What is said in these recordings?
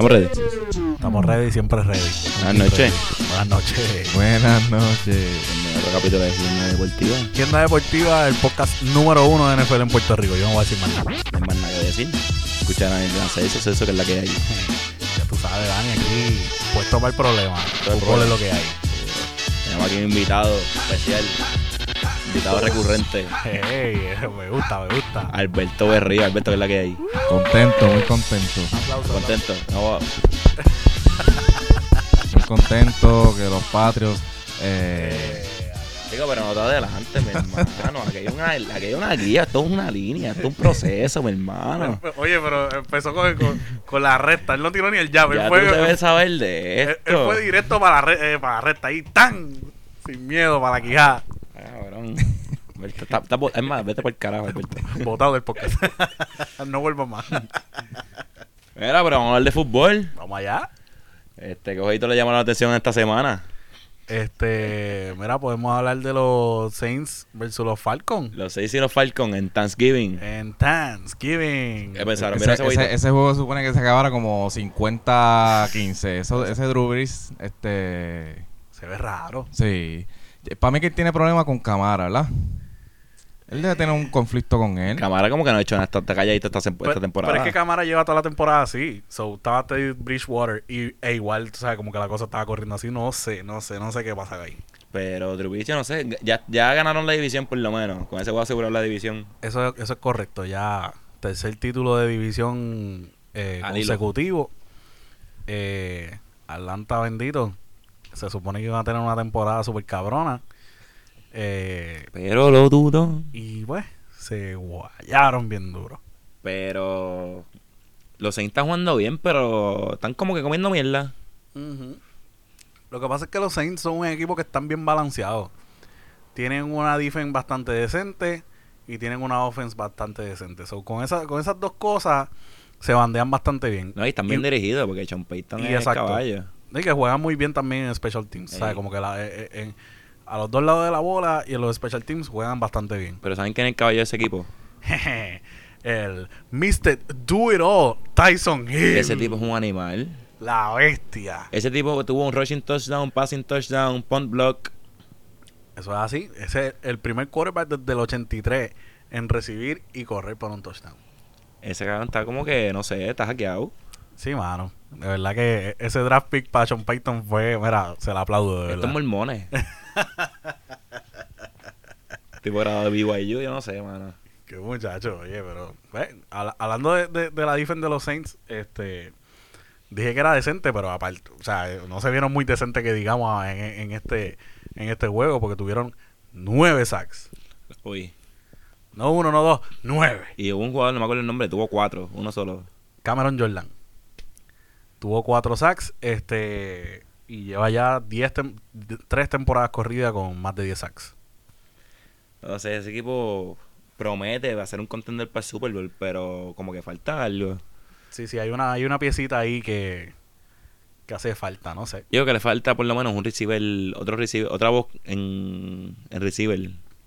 ¿Estamos ready? Estamos ready, siempre ready. Buenas noches. Buenas noches. Buenas noches. Otro capítulo de Tienda Deportiva. Tienda Deportiva, el podcast número 1 de NFL en Puerto Rico. Yo no voy a decir más nada. No hay más nada que decir. Escuchar a Lanza eso que es la que hay. Ya tú sabes, Dani, aquí puesto para el problema. Fútbol es lo que hay. Tenemos aquí un invitado especial. Invitado recurrente. Hey, me gusta. Alberto Berrío. Alberto, que es la que hay. Contento, muy contento. Un aplauso. ¿Contento? No, Muy contento que los Patriots. digo, pero no te adelante, mi hermano. Aquí hay una guía, esto es una línea, esto es un proceso, mi hermano. Oye, pero empezó con la recta. Él no tiró ni el jab. Ya Él tú fue, debes saber de él esto. fue directo para la recta. Ahí, tan sin miedo, para la quijada. Cabrón. Alberto, es más, vete por el carajo, Alberto. Botado del podcast. No vuelvo más. Mira, pero vamos a hablar de fútbol. Vamos allá. ¿Qué jueguito le llamó la atención esta semana? Mira, podemos hablar de los Saints versus los Falcons Los 6 y los Falcons en Thanksgiving. en Thanksgiving. ¿Qué pensaron? Mira ese jueguito. Ese juego supone que se acabara como 50-15. Ese Drew Brees, Se ve raro. sí. Para mí que él tiene problemas con Camara, ¿verdad? Él debe tener un conflicto con él. Camara como que no ha hecho nada, está calladito esta temporada. Pero es que Camara lleva toda la temporada así. So, estaba Teddy Bridgewater e igual, tú sabes, como que la cosa estaba corriendo así. No sé qué pasa ahí. Pero Drew Brees, yo no sé, ya ganaron la división por lo menos. Con ese juego aseguraron la división. Eso es correcto. Ya tercer título de división consecutivo. Atlanta bendito. Se supone que iban a tener una temporada súper cabrona. Pero lo dudo. Y pues, se guayaron bien duro. Pero los Saints están jugando bien, pero están como que comiendo mierda. Lo que pasa es que los Saints son un equipo que están bien balanceados. Tienen una defense bastante decente y tienen una offense bastante decente. So, con esas dos cosas se bandean bastante bien. No, y están bien dirigidos porque Sean Payton y es el exacto. caballo. Y que juegan muy bien también en Special Teams. ¿Sabes? Como que a los dos lados de la bola y en los Special Teams juegan bastante bien. Pero ¿saben quién es el caballo de ese equipo? El Mr. Do It All, Tyson Hill. Ese tipo es un animal. La bestia. Ese tipo tuvo un rushing touchdown, passing touchdown, punt block. Eso es así. Ese es el primer quarterback desde el 83 en recibir y correr por un touchdown. Ese cabrón está como que, no sé, está hackeado. Sí, mano. De verdad que ese draft pick para Sean Payton fue, mira, se la aplaudo, de Estos verdad. mormones. Tipo grado de BYU, yo no sé, mano. Qué muchacho, oye, pero hablando de la defense de los Saints, dije que era decente, pero aparte, o sea, no se vieron muy decentes que digamos en este juego, porque tuvieron 9 sacks. Uy. No 1, no 2, 9. Y hubo un jugador, no me acuerdo el nombre, tuvo 4, uno solo. Cameron Jordan tuvo 4 sacks, y lleva ya 3 temporadas corridas con más de 10 sacks. No sé, ese equipo promete, va a ser un contender para el Super Bowl, pero como que falta algo. Sí, hay una piecita ahí que hace falta, no sé. Yo creo que le falta por lo menos un receiver, otra voz en receiver.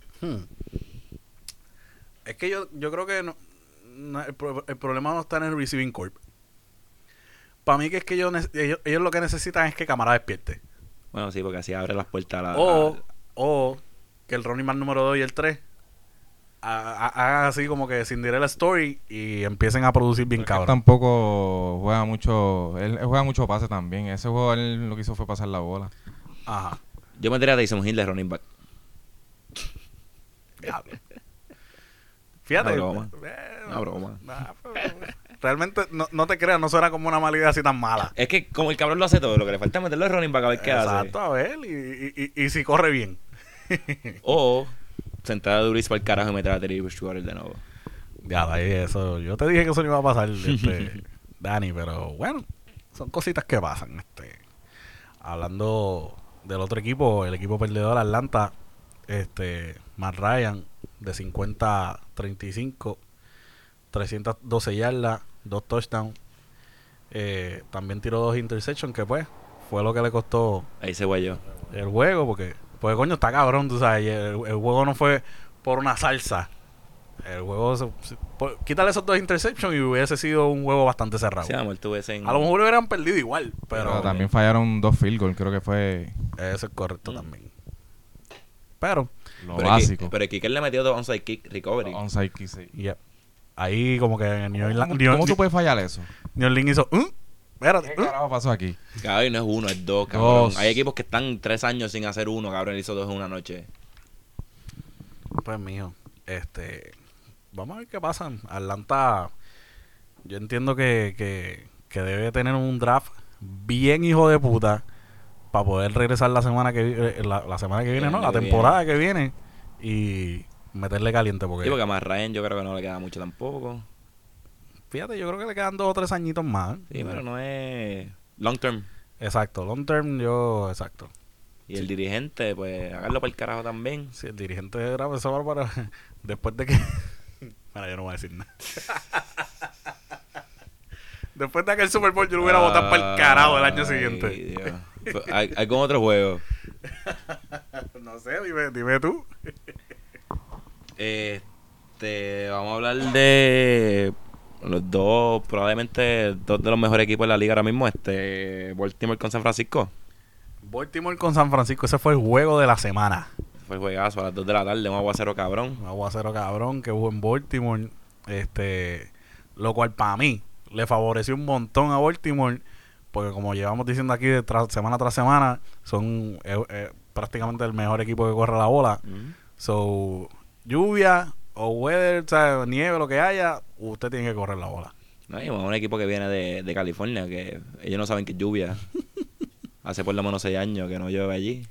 Es que yo creo que el problema no está en el receiving corp. Para mí que es que ellos lo que necesitan es que Camara despierte. Bueno, sí, porque así abre las puertas a O que el running back número 2 y el 3 hagan así como que Cinderella Story y empiecen a producir bien Pero cabrón. tampoco juega mucho. Él juega mucho pase también. Ese juego él lo que hizo fue pasar la bola. Ajá. Yo metería a Tyson Hill de running back. Diablo. Fíjate. Una broma. Realmente no te creas, no suena como una mala idea así tan mala. Es que como el cabrón lo hace todo, lo que le falta es meterlo de running back a ver qué hace. Exacto, a ver, y si corre bien. O sentar a Duris para el carajo y meter a Teddy Bridgewater de nuevo. Ya, ahí eso. Yo te dije que eso no iba a pasar, Dani, pero bueno, son cositas que pasan. Hablando del otro equipo, el equipo perdedor Atlanta, Matt Ryan de 50-35, 312 yardas, 2 touchdowns. También tiró 2 interceptions, que pues fue lo que le costó Ahí se guayó. el juego, porque coño está cabrón, tú sabes, el juego no fue por una salsa El juego, quítale esos 2 interceptions y hubiese sido un juego bastante cerrado. Sí, a lo mejor tuviesen... A lo mejor hubieran perdido igual, Pero pero también fallaron 2 field goals, creo que fue eso es correcto también. Pero, lo pero básico. Pero Kicker le metió 2 onside kick recovery. Onside kick, sí. yeah. Ahí como que New ¿Cómo tú puedes fallar eso? Orleans hizo, espérate, ¿Qué carajo pasó aquí? Cabrón, y no es 1, es 2, cabrón. 2. Hay equipos que están 3 años sin hacer 1, cabrón. Él hizo 2 en una noche. Pues mijo, vamos a ver qué pasa. Atlanta, yo entiendo que debe tener un draft bien hijo de puta para poder regresar la semana que la semana que viene, ¿no? La temporada que viene y meterle caliente Sí, porque porque a más Ryan yo creo que no le queda mucho tampoco. fíjate, yo creo que le quedan 2 o 3 añitos más. Sí, pero no es long term. Exacto, long term exacto. Y el dirigente, pues, háganlo para el carajo también. Sí, el dirigente de draft eso para después de que bueno, yo no voy a decir nada. Después de que el Super Bowl yo lo hubiera votado para el carajo el año siguiente. Dios. Hay con otro juego. No sé, dime tú. Vamos a hablar de los dos, probablemente 2 de los mejores equipos de la liga ahora mismo. Baltimore con San Francisco. Baltimore con San Francisco, ese fue el juego de la semana. Fue el juegazo a las 2 de la tarde, un aguacero cabrón. Un aguacero cabrón que hubo en Baltimore. Lo cual para mí le favoreció un montón a Baltimore. Porque como llevamos diciendo aquí semana tras semana, son prácticamente el mejor equipo que corre la bola. So, lluvia o weather, o sea, nieve, lo que haya, usted tiene que correr la bola. No, y un equipo que viene de California, que ellos no saben que es lluvia. Hace por lo menos 6 años que no llueve allí.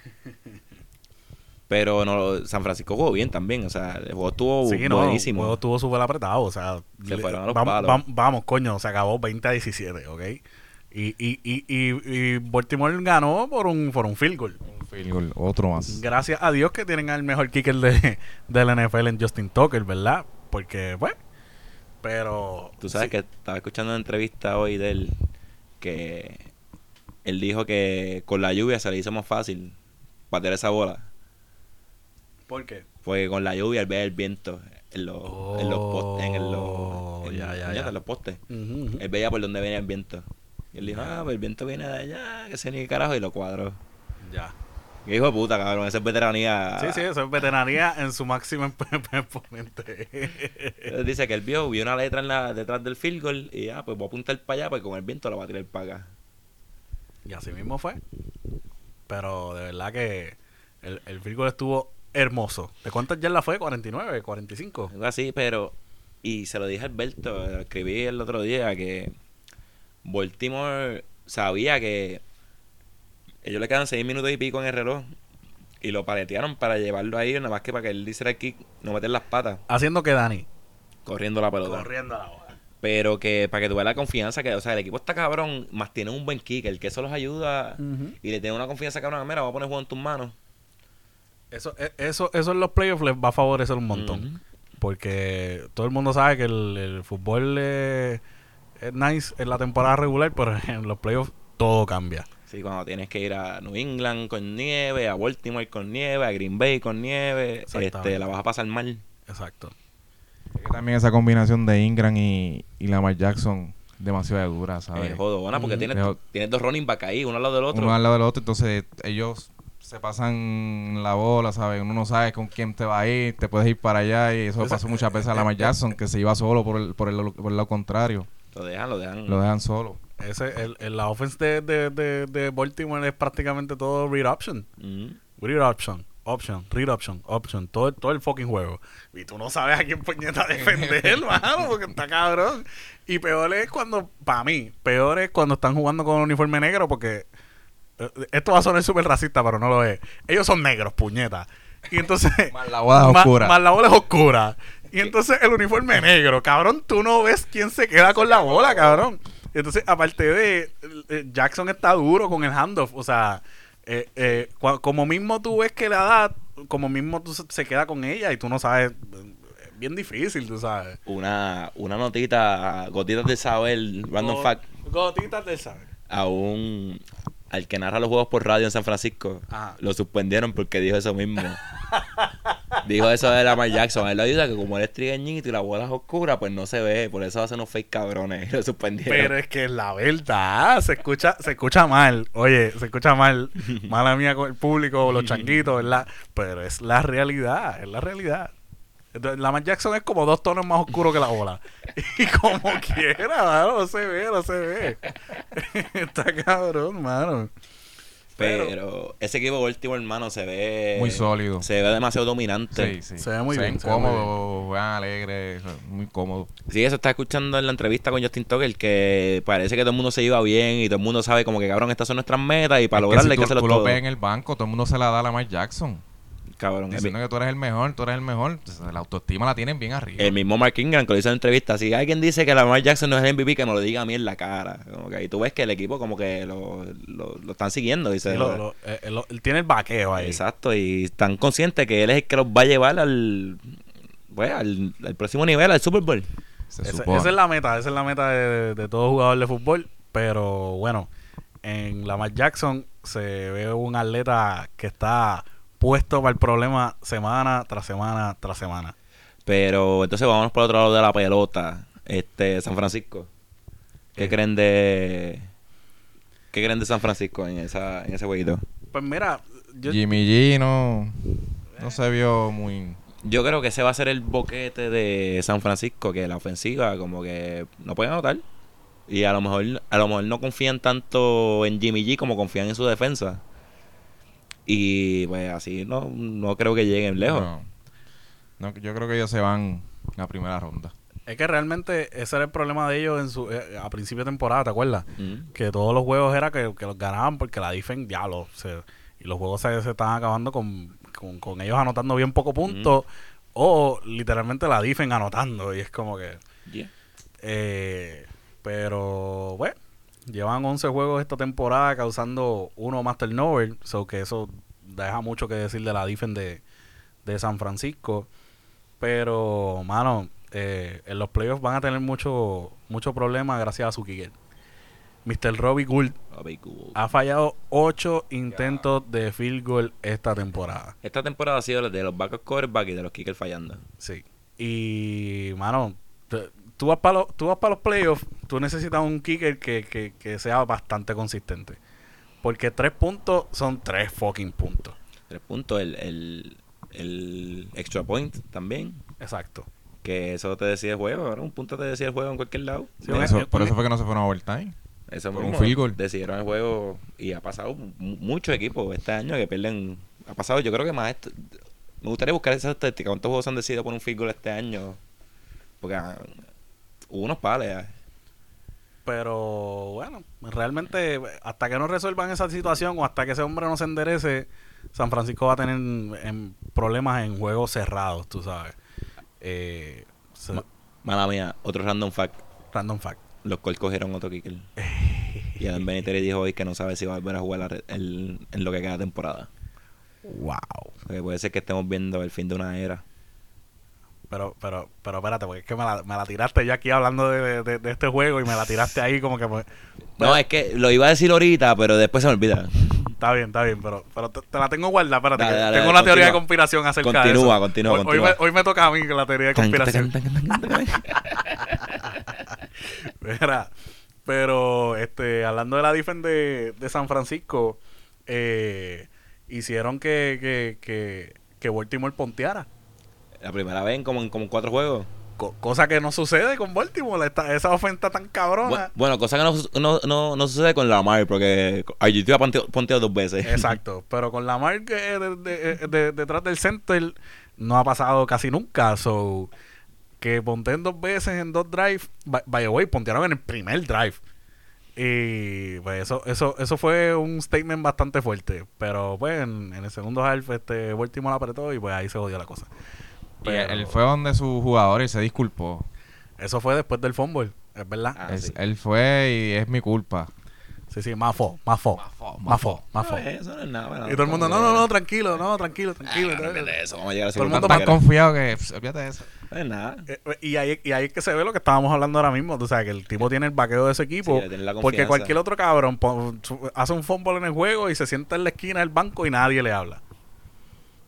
Pero no, San Francisco jugó bien también. O sea, el juego estuvo buenísimo. El juego estuvo súper apretado. O sea, se fueron a los palos. Vamos, coño, se acabó 20-17, ¿ok? Y Baltimore ganó por un field goal. Un field goal, otro más. Gracias a Dios que tienen al mejor kicker del NFL en Justin Tucker, ¿verdad? Porque, pues, pero... Tú sabes que estaba escuchando una entrevista hoy de él que él dijo que con la lluvia se le hizo más fácil patear esa bola. ¿Por qué? Porque con la lluvia él ve el viento en los postes. Uh-huh. Él veía por dónde venía el viento. Y él dijo, pues el viento viene de allá, que se ni carajo, y lo cuadró. Ya. Qué hijo de puta, cabrón, esa es veteranía. Sí, eso es veteranía en su máximo exponente. Él dice que él vio una letra detrás del field goal y pues voy a apuntar para allá, pues con el viento lo va a tirar para acá. Y así mismo fue. Pero de verdad que el field goal estuvo hermoso. ¿De cuántas yardas fue? ¿49? ¿45? Algo así, pero... Y se lo dije a Alberto, lo escribí el otro día, que Baltimore sabía que ellos le quedan 6 minutos y pico en el reloj y lo paletearon para llevarlo ahí, nada más que para que él hiciera el kick, no meter las patas. ¿Haciendo que Dani? Corriendo la pelota. Corriendo la bola. Pero que para que tuviera la confianza que, o sea, el equipo está cabrón, más tiene un buen kicker, que eso los ayuda y le tiene una confianza cabrón. Mira, voy a poner juego en tus manos. Eso en los playoffs les va a favorecer un montón. Porque todo el mundo sabe que el fútbol es nice en la temporada regular, pero en los playoffs todo cambia. Sí, cuando tienes que ir a New England con nieve, a Baltimore con nieve, a Green Bay con nieve, la vas a pasar mal. Exacto. Es que también esa combinación de Ingram y Lamar Jackson demasiado dura, ¿sabes? Jodona, porque tienes 2 running back ahí, uno al lado del otro. Uno al lado del otro, entonces ellos se pasan la bola, ¿sabes? Uno no sabe con quién te va a ir, te puedes ir para allá y eso pasó muchas veces a Lamar Jackson, que se iba solo por el lado contrario. Lo dejan. Lo dejan solo. La offense de Baltimore es prácticamente todo read option. Read option. Todo el fucking juego. Y tú no sabes a quién puñeta defender, mano, porque está cabrón. Y peor es cuando están jugando con un uniforme negro, porque esto va a sonar súper racista, pero no lo es. Ellos son negros, puñeta. Y entonces... Más la bola es oscura. Más la bola es oscura. Y entonces el uniforme negro, cabrón, tú no ves quién se queda con la bola, cabrón. Y entonces, aparte de... Jackson está duro con el handoff. O sea, como mismo tú ves que la da, como mismo tú se queda con ella y tú no sabes... Es bien difícil, tú sabes. Una notita, gotitas de saber, random fact. Gotitas de saber. Al que narra los juegos por radio en San Francisco, lo suspendieron porque dijo eso mismo. Dijo eso de Lamar Jackson. A él le ayuda que como él es trigueñito y la bola es oscura, pues no se ve. Por eso hacen unos fake cabrones. Y lo suspendieron. Pero es que es la verdad, se escucha mal. Oye, se escucha mal. Mala mía con el público, los changuitos, ¿verdad? Pero es la realidad, es la realidad. Entonces, Lamar Jackson es como 2 tonos más oscuro que la bola. Y como quiera, mano, no se ve. Está cabrón, mano. Pero ese equipo último, hermano, se ve... Muy sólido. Se ve demasiado dominante. Sí. Se ve muy bien. Se ven cómodos, juegan alegres, muy cómodos. Sí, eso está escuchando en la entrevista con Justin Tucker, que parece que todo el mundo se lleva bien y todo el mundo sabe como que, cabrón, estas son nuestras metas y para lograrle hay que hacerlo tú todo. lo ves en el banco, todo el mundo se la da a Lamar Jackson. Cabrón. Diciendo que tú eres el mejor. Entonces, la autoestima la tienen bien arriba. El mismo Mark Ingram que lo hizo en la entrevista. Si alguien dice que Lamar Jackson no es el MVP, que me lo diga a mí en la cara. Como que ahí tú ves que el equipo como que lo están siguiendo. Dice, Él tiene el vaqueo ahí. Exacto, y están conscientes que él es el que los va a llevar al próximo nivel, al Super Bowl. Esa es la meta de todo jugador de fútbol. Pero bueno, en Lamar Jackson se ve un atleta que está puesto para el problema semana tras semana tras semana. Pero entonces vámonos por el otro lado de la pelota. San Francisco. ¿Qué creen de San Francisco en ese jueguito? Pues mira, Jimmy G no se vio muy... Yo creo que ese va a ser el boquete de San Francisco, que la ofensiva como que no pueden anotar. Y a lo mejor no confían tanto en Jimmy G como confían en su defensa. Y pues así no creo que lleguen lejos. No, yo creo que ellos se van en la primera ronda. Es que realmente ese era el problema de ellos a principio de temporada, ¿te acuerdas? Mm. Que todos los juegos era que los ganaban porque la defensa y los juegos se estaban acabando con ellos anotando bien poco puntos o literalmente la defensa anotando y es como que pero bueno, llevan 11 juegos esta temporada causando uno más turnover, so que eso deja mucho que decir de la defensa de San Francisco. Pero, mano, en los playoffs van a tener mucho problema gracias a su kicker. Mr. Robbie Gould ha fallado 8 intentos de field goal esta temporada. Esta temporada ha sido de los backup quarterback y de los kickers fallando. Sí. Y, mano, tú vas para los playoffs, tú necesitas un kicker que sea bastante consistente. Porque 3 puntos son 3 fucking puntos. 3 puntos, el extra point también. Exacto. Que eso te decide el juego, ¿no? Un punto te decide el juego en cualquier lado. Sí, por eso fue que no se fueron a overtime. Eso por mismo, un field goal. Decidieron el juego y ha pasado muchos equipos este año que pierden. Ha pasado, yo creo que más. Me gustaría buscar esa estadística. ¿Cuántos juegos han decidido por un field goal este año? Porque hubo unos pales. Pero bueno, realmente hasta que no resuelvan esa situación o hasta que ese hombre no se enderece, San Francisco va a tener problemas en juegos cerrados, tú sabes. Mala mía, otro random fact. Los Colts cogieron otro kicker. Y Adam Vinatieri dijo hoy que no sabe si va a volver a jugar en lo que queda de temporada. Wow. Porque puede ser que estemos viendo el fin de una era. Pero espérate, porque es que me la tiraste ya aquí hablando de este juego y me la tiraste ahí como que... No, es que lo iba a decir ahorita, pero después se me olvida. Está bien, pero te la tengo guardada, espérate. Dale, tengo una teoría de conspiración acerca de eso. Continúa. Hoy me toca a mí la teoría de conspiración. Mira, pero hablando de la defensa de San Francisco, hicieron que Baltimore ponteara. La primera vez en como 4 juegos. Cosa que no sucede con Baltimore, esa ofensa tan cabrona. Bueno, cosa que no sucede con Lamar, porque RG3 ha ponteado 2 veces. Exacto, pero con Lamar detrás del center no ha pasado casi nunca. So, que ponteen 2 veces en 2 drives. By the way, pontearon en el primer drive. Y pues eso fue un statement bastante fuerte. Pero pues en el segundo half Baltimore apretó y pues ahí se jodió la cosa. Pero él fue donde sus jugadores se disculpó. Eso fue después del fumble, es verdad. Sí. Él fue y es mi culpa. Sí, mafo. Eso no es nada. Y todo el mundo, no, tranquilo. Eso, vamos a llegar a todo el mundo Están tan confiado que olvídate de eso. No es nada. Y ahí es que se ve lo que estábamos hablando ahora mismo. O sea, que el tipo tiene el vaqueo de ese equipo. Sí, tiene la porque confianza. cualquier otro cabrón hace un fumble en el juego y se sienta en la esquina del banco y nadie le habla.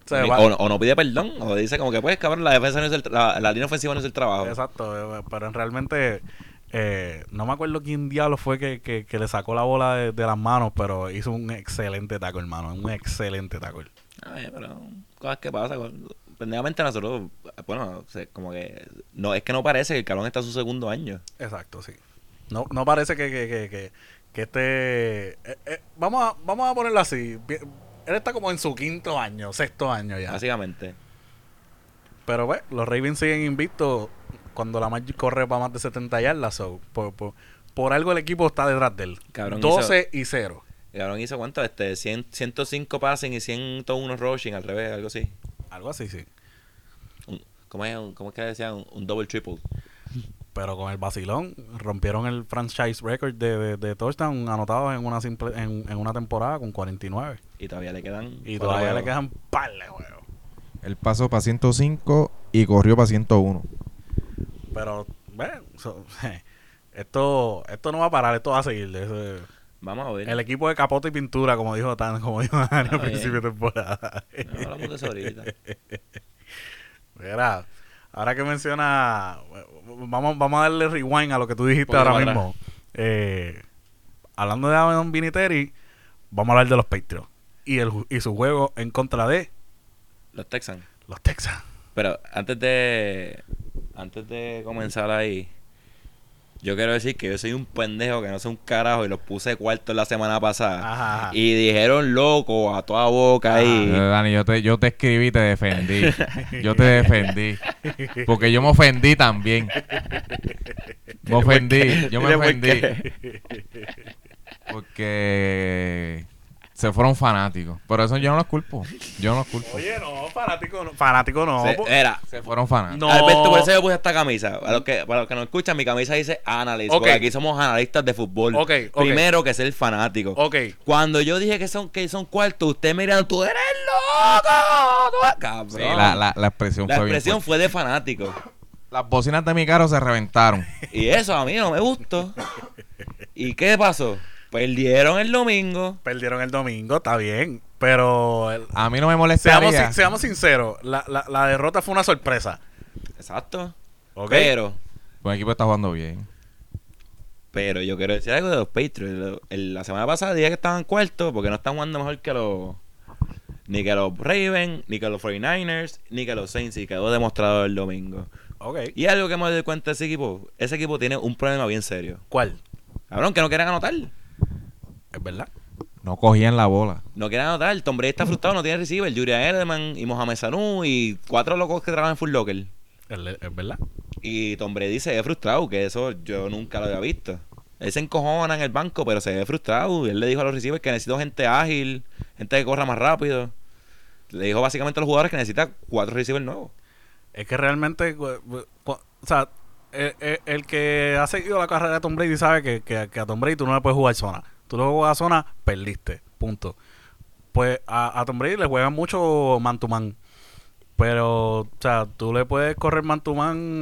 sea, O no pide perdón, o dice como que pues cabrón, la defensa no es la línea ofensiva no es el trabajo. Exacto, pero realmente no me acuerdo quién diablo fue que le sacó la bola de las manos, pero hizo un excelente tackle, hermano, un excelente tackle. Ay, pero cosas que pasan. Pendejamente nosotros, bueno, como que no es que no parece que el cabrón está en su segundo año. Exacto, sí. No parece que esté... vamos a ponerlo así. Él está como en su quinto año, sexto año ya. Básicamente. Pero pues, los Ravens siguen invictos cuando la Magic corre para más de 70 yardas. So, por algo el equipo está detrás de él. Cabrón 12-0. El cabrón hizo ¿cuánto? 105 passing y 101 rushing, al revés, algo así. Algo así, sí. ¿Cómo es que decían? Un double triple. Pero con el vacilón rompieron el franchise record de touchdown anotados en una en una temporada con 49. Y todavía le quedan... Y todavía le quedan par de juegos. Él pasó para 105 y corrió para 101. Pero, bueno, esto no va a parar, esto va a seguir. Vamos a ver. El equipo de capote y pintura, como dijo Dani al principio de temporada. No hablamos de eso ahorita. Mira, ahora que menciona, vamos a darle rewind a lo que tú dijiste Porque ahora mismo. Hablando de Adam Vinatieri, vamos a hablar de los Patriots y su juego en contra de Los Texans. los Texans. Pero antes de comenzar ahí, yo quiero decir que yo soy un pendejo que no sé un carajo y los puse cuartos la semana pasada. Ajá. Y dijeron loco a toda boca ahí. Dani, yo te escribí y te defendí. Yo te defendí. Porque yo me ofendí también. Me ofendí. Yo me ofendí. Porque se fueron fanáticos. Pero eso yo no los culpo. Yo no los culpo. Oye, no, fanático no. Era. Se fueron fanáticos. No. Alberto, por eso yo puse esta camisa. Para los que no escuchan, mi camisa dice analyst. Ok. Porque aquí somos analistas de fútbol. Ok. Primero que ser fanático. Ok. Cuando yo dije que son cuartos, ustedes me dirán, tú eres loco. Cabrón. Sí, la expresión La fue bien expresión fuerte. fue de fanático. Las bocinas de mi carro se reventaron. Y eso a mí no me gustó. ¿Y qué pasó? Perdieron el domingo. Perdieron el domingo, está bien. Pero A mí no me molestaría. seamos sinceros, la derrota fue una sorpresa. Exacto. ¿Ok? Pero El equipo está jugando bien. yo quiero decir algo de los Patriots. La semana pasada dije que estaban cuartos porque no están jugando mejor que ni que los Ravens, ni que los 49ers, ni que los Saints. Y quedó demostrado el domingo. Ok. Y algo que me doy cuenta de ese equipo tiene un problema bien serio. ¿Cuál? Cabrón, que no quieren anotar. Es verdad. No cogían la bola. No quieren anotar. Tom Brady está frustrado, no tiene receiver. Julian Edelman y Mohamed Sanu y 4 locos que trabajan en Full Locker. Es verdad. Y Tom Brady se ve frustrado, que eso yo nunca lo había visto. Él se encojona en el banco, pero se ve frustrado. Y él le dijo a los receivers que necesito gente ágil, gente que corra más rápido. Le dijo básicamente a los jugadores que necesita 4 receivers nuevos. Es que realmente, o sea, el que ha seguido la carrera de Tom Brady sabe que a Tom Brady tú no le puedes jugar zona. Tú le juegas zona, perdiste. Punto. Pues a Tom Brady le juegan mucho man to man. Pero, o sea, tú le puedes correr man to man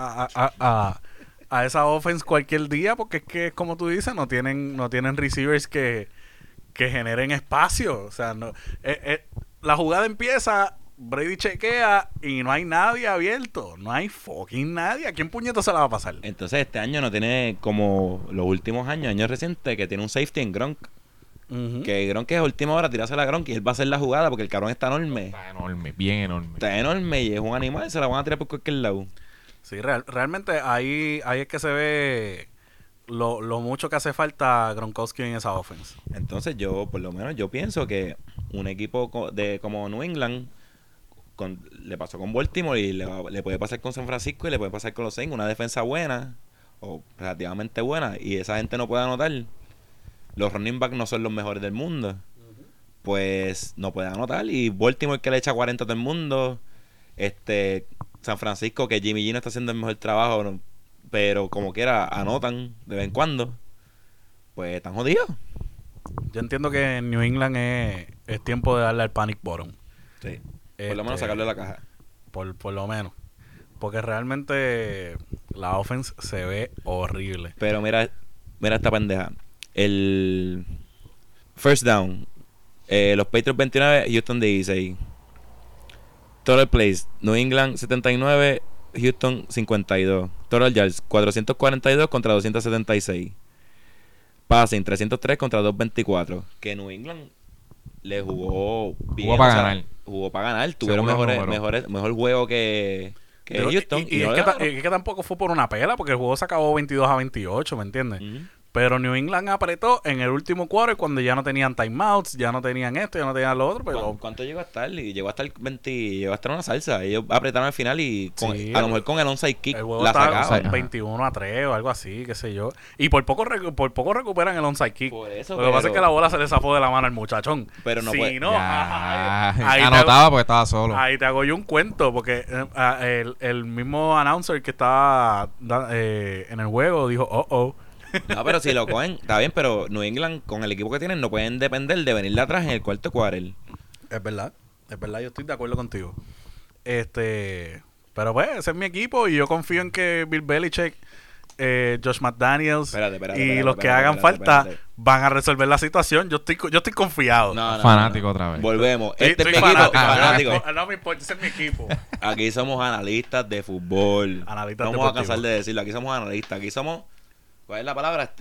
a esa offense cualquier día porque es que, como tú dices, no tienen receivers que generen espacio. O sea, no la jugada empieza, Brady chequea y no hay nadie abierto. No hay fucking nadie. ¿A quién puñeto se la va a pasar? Entonces este año no tiene como los últimos años recientes, que tiene un safety en Gronk. Uh-huh. Que Gronk es a última hora tirarse la Gronk y él va a hacer la jugada porque el cabrón está enorme. Está enorme, bien enorme. Está enorme y es un animal, se la van a tirar por cualquier lado. Sí, realmente ahí es que se ve lo mucho que hace falta Gronkowski en esa offense. Entonces por lo menos yo pienso que un equipo como New England le pasó con Baltimore y le puede pasar con San Francisco y le puede pasar con los Saints, una defensa buena o relativamente buena y esa gente no puede anotar. Los running backs no son los mejores del mundo. Pues no pueden anotar y Baltimore que le echa 40 a todo el mundo. San Francisco que Jimmy G no está haciendo el mejor trabajo, ¿no? Pero como quiera anotan de vez en cuando. Pues están jodidos. Yo entiendo que en New England es tiempo de darle al panic button. Sí. Por lo menos sacarle la caja. Por lo menos. Porque realmente la offense se ve horrible. Pero mira esta pendeja. El first down. Los Patriots 29, Houston 16. Total Plays, New England 79, Houston 52. Total Yards 442 contra 276. Passing 303 contra 224. Que New England le jugó bien. Jugó para ganar. Jugó para ganar. Tuvieron Según los mejor juego que Houston. Y no es, le que ganaron. es que tampoco fue por una pela, porque el juego se acabó 22-28, ¿me entiendes? Ujú. Pero New England apretó en el último quarter cuando ya no tenían timeouts, ya no tenían esto, ya no tenían lo otro. Pero ¿Cuánto llegó a estar? Y llegó a estar 20, llegó a estar una salsa. Ellos apretaron al final y Sí, a lo mejor con el onside kick el juego la estaba sacaban. 21-3 o algo así, qué sé yo. Y por poco recuperan el onside kick. Por eso, Lo que pasa pero- es que la bola se le zafó de la mano al muchachón. Pero no si puede- no, Ya, ahí te anotaba porque estaba solo. Ahí te hago yo un cuento, porque el mismo announcer que estaba en el juego dijo, oh. No, pero si lo cogen, está bien, pero New England, con el equipo que tienen, no pueden depender de venir de atrás en el cuarto quarter. Es verdad, yo estoy de acuerdo contigo. Pero pues, ese es mi equipo y yo confío en que Bill Belichick, Josh McDaniels y los que hagan falta van a resolver la situación. Yo estoy confiado. No, Fanático otra vez. Volvemos. Soy Este es mi equipo. fanático. Fanático. No me importa, ese es mi equipo. Aquí somos analistas de fútbol. Analistas No vamos a deportivos. cansar de decirlo. Aquí somos analistas. Aquí somos. ¿Cuál es la palabra?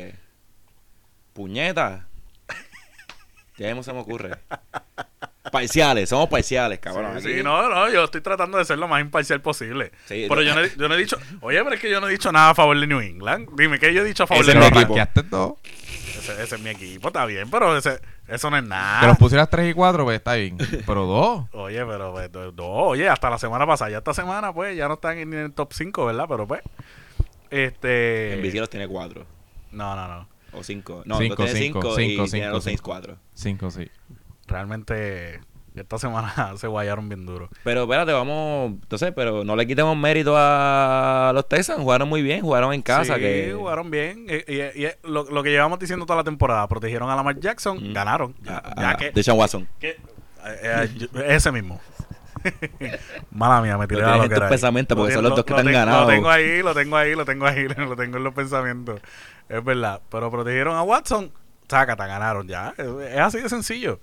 Puñeta. Ya mismo se me ocurre. Parciales. Somos parciales, cabrón. Sí, Aquí- no, yo estoy tratando de ser lo más imparcial posible. Sí, pero yo no he dicho, oye, pero es que yo no he dicho nada a favor de New England. Dime, ¿qué yo he dicho a favor Ese de es New mi England? equipo. Rankeaste dos. Ese es mi equipo, está bien, pero eso no es nada. Que los pusieras 3 y 4, pues está bien. Pero 2. Oye, pero pues, oye, hasta la semana pasada, ya esta semana, pues, ya no están en el top 5, ¿verdad? Pero pues, En bici los tiene 4 no. o 5. No, Cinco, los tiene cinco, 5 cinco, y tiene cinco, los 6 cinco. 4. 5, sí. Realmente, esta semana se guayaron bien duro. Pero espérate, vamos. Entonces, pero no le quitemos mérito a los Texans. Jugaron muy bien, jugaron en casa. Sí, que jugaron bien. Y lo que llevamos diciendo toda la temporada, protegieron a Lamar Jackson, ganaron. Ya que Deshaun Watson. ese mismo. Mala mía, me tiré Lo a tienes lo en que tus era. pensamientos, porque son los dos que te han Lo ganado. tengo ahí, lo tengo en los pensamientos. Es verdad. Pero protegieron a Watson, sácata, ganaron ya. Es así de sencillo.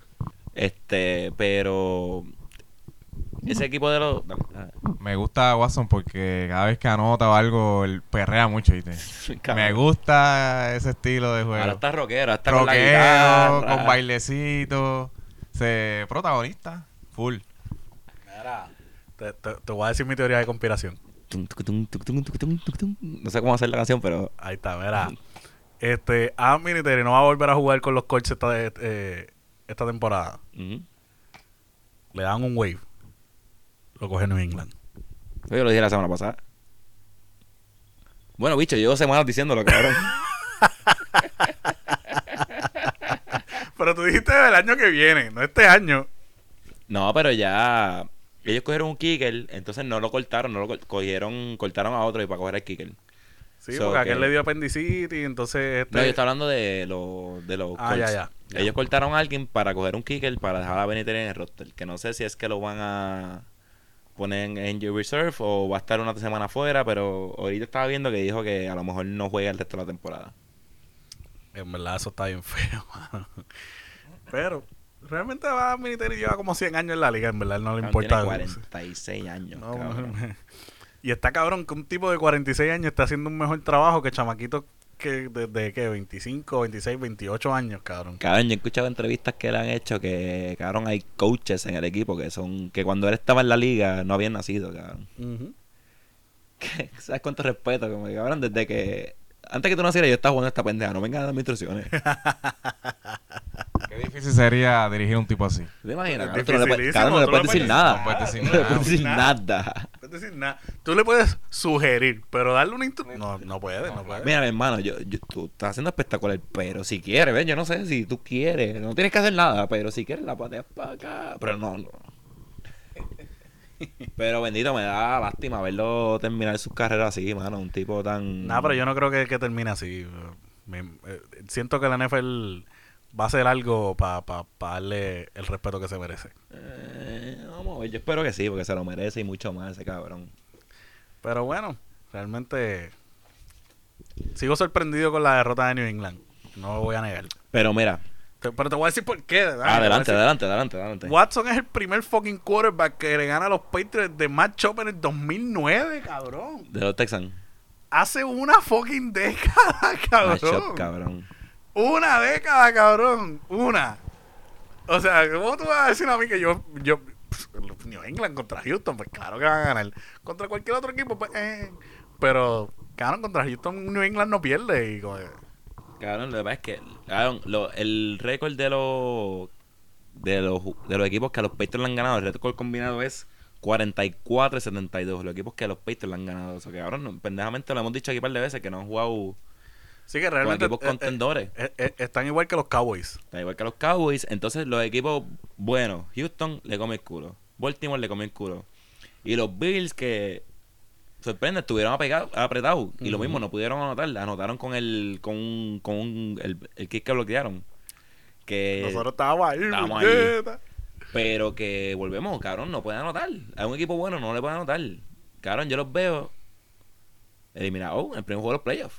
Pero ese equipo de los Me gusta Watson porque cada vez que anota o algo, él perrea mucho, ¿viste? Me gusta ese estilo de juego. ahora está rockero, ahora está con la Roqueo, guitarra. con bailecito. Protagonista. Full. Mira, te voy a decir mi teoría de conspiración. No sé cómo hacer la canción, pero Ahí está, mira. Adam Vinatieri no va a volver a jugar con los Colts esta temporada. ujú. Le dan un wave. Lo coge New England. Yo lo dije la semana pasada. Bueno, bicho, llevo semanas diciéndolo, cabrón. Pero tú dijiste del año que viene, no este año. No, pero ya ellos cogieron un kicker, entonces no lo cortaron, cortaron a otro y para coger al kicker. Sí, So porque aquel que- le dio apendicitis, entonces No, yo estaba hablando de los Ah, Colts. ya. Ellos cortaron a alguien para coger un kicker para dejar a Vinatieri en el roster. Que no sé si es que lo van a poner en injury reserve o va a estar una semana fuera, pero ahorita estaba viendo que dijo que a lo mejor no juega el resto de la temporada. En verdad eso está bien feo, mano. Pero realmente Adam Vinatieri lleva como 100 años en la liga, en verdad no le Cabrón, importa. tiene 46 años, No, cabrón. y está cabrón que un tipo de 46 años está haciendo un mejor trabajo que chamaquitos que desde que 25, 26, 28 años, cabrón. Cabrón, yo he escuchado entrevistas que le han hecho que, cabrón, hay coaches en el equipo que cuando él estaba en la liga no habían nacido, cabrón. Ujú. ¿Sabes cuánto respeto? Como que, cabrón, desde que... Antes que tú nacieras yo estaba jugando esta pendeja, no vengan a darme instrucciones. Qué difícil sería dirigir a un tipo así. ¿Te imaginas? Es Cabrón, tú no le puedes, dificilísimo, cabrón, no le tú puedes no decir puedes- nada. no puedes decir No le nada. puedes decir Nada. nada. No puedes decir nada. Tú le puedes sugerir, pero darle una no puede. Mira, mi hermano, tú estás haciendo espectacular, pero si quieres, ven, yo no sé si tú quieres, no tienes que hacer nada, pero si quieres la pateas para acá, pero no. Pero bendito, me da lástima verlo terminar sus carreras así, mano, un tipo tan... Nada, pero yo no creo que termine así. Siento que la NFL va a hacer algo para darle el respeto que se merece. Vamos a ver, yo espero que sí, porque se lo merece y mucho más ese cabrón. Pero bueno, realmente sigo sorprendido con la derrota de New England. No lo voy a negar. Pero mira, Pero te voy a decir por qué. Adelante. Watson es el primer fucking quarterback que le gana a los Patriots de matchup en el 2009, cabrón. De los Texans. Hace una fucking década, cabrón. Matchup, cabrón. Una década, cabrón. Una. O sea, ¿cómo tú vas a decir a mí que yo New England contra Houston? Pues claro que van a ganar. Contra cualquier otro equipo, pues, pero, cabrón, contra Houston New England no pierde. Y como, Cabrón, lo que pasa es que, cabrón, el récord de los equipos que a los Patriots le han ganado, el récord combinado es 44-72. Los equipos que a los Patriots le han ganado. O sea, que cabrón, pendejamente lo hemos dicho aquí un par de veces que no han jugado sí, que realmente con equipos contendores. están igual que los Cowboys. Está igual que los Cowboys. Entonces, los equipos buenos, Houston le come el culo. Baltimore le come el culo. Y los Bills, que sorprende, estuvieron apretados. Y lo mismo, no pudieron anotar. Anotaron con el kick que bloquearon. Que Nosotros estábamos ahí. Pero que volvemos, cabrón, no pueden anotar. A un equipo bueno no le pueden anotar. Cabrón, yo los veo eliminados en el primer juego de los playoffs.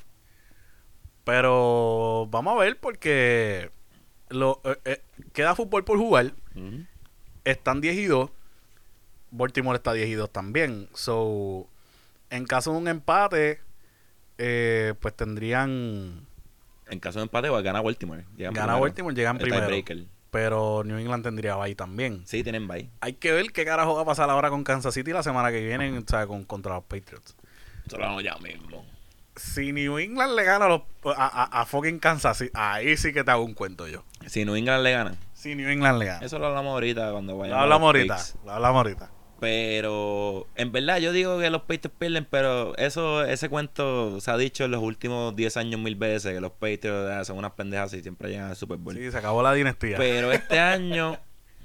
Pero vamos a ver porque queda fútbol por jugar. Uh-huh. Están 10-2. Baltimore está 10-2 también. So, en caso de un empate, pues tendrían... En caso de empate, va a ganar Baltimore. Gana Baltimore, llegan primero. Tiebreaker. Pero New England tendría bye también. Sí, tienen bye. Hay que ver qué carajo va a pasar ahora con Kansas City la semana que viene, o sea, contra los Patriots. Solo ya mismo. Si New England le gana a fucking Kansas City, ahí sí que te hago un cuento yo. Si New England le gana. Si New England le gana. Eso lo hablamos ahorita cuando vayamos. Lo hablamos ahorita. Pero en verdad yo digo que los Patriots pierden, pero ese cuento se ha dicho en los últimos 10 años 1000 veces, que los Patriots son unas pendejas y siempre llegan al Super Bowl. Sí, se acabó la dinastía. Pero este año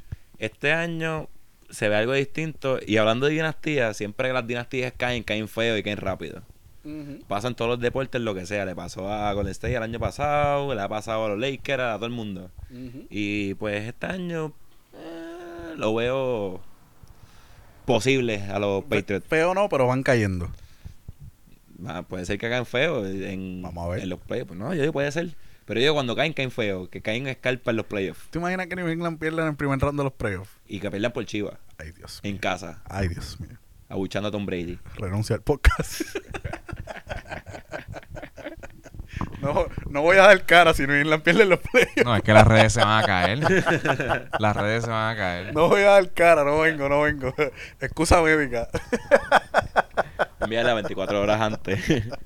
se ve algo distinto. Y hablando de dinastías, siempre que las dinastías caen feo y caen rápido. Uh-huh. Pasan todos los deportes, lo que sea. Le pasó a Golden State el año pasado, le ha pasado a los Lakers, a todo el mundo. Uh-huh. Y pues este año lo veo posible a los Patriots. Feo no, pero van cayendo. Puede ser que caen feo Vamos a ver. en los playoffs. Pues no, yo digo puede ser. Pero yo digo cuando caen feo. Que caen escarpa en los playoffs. ¿Te imaginas que New England pierda en el primer round de los playoffs? Y que pierdan por Chivas. Ay, Dios mío. En casa. Ay, Dios mío. Abuchando a Tom Brady. Renuncia al podcast. No voy a dar cara si New England pierde los playoffs. No, es que las redes se van a caer. Las redes se van a caer. No voy a dar cara, no vengo. Excusa médica. Envíala 24 horas antes.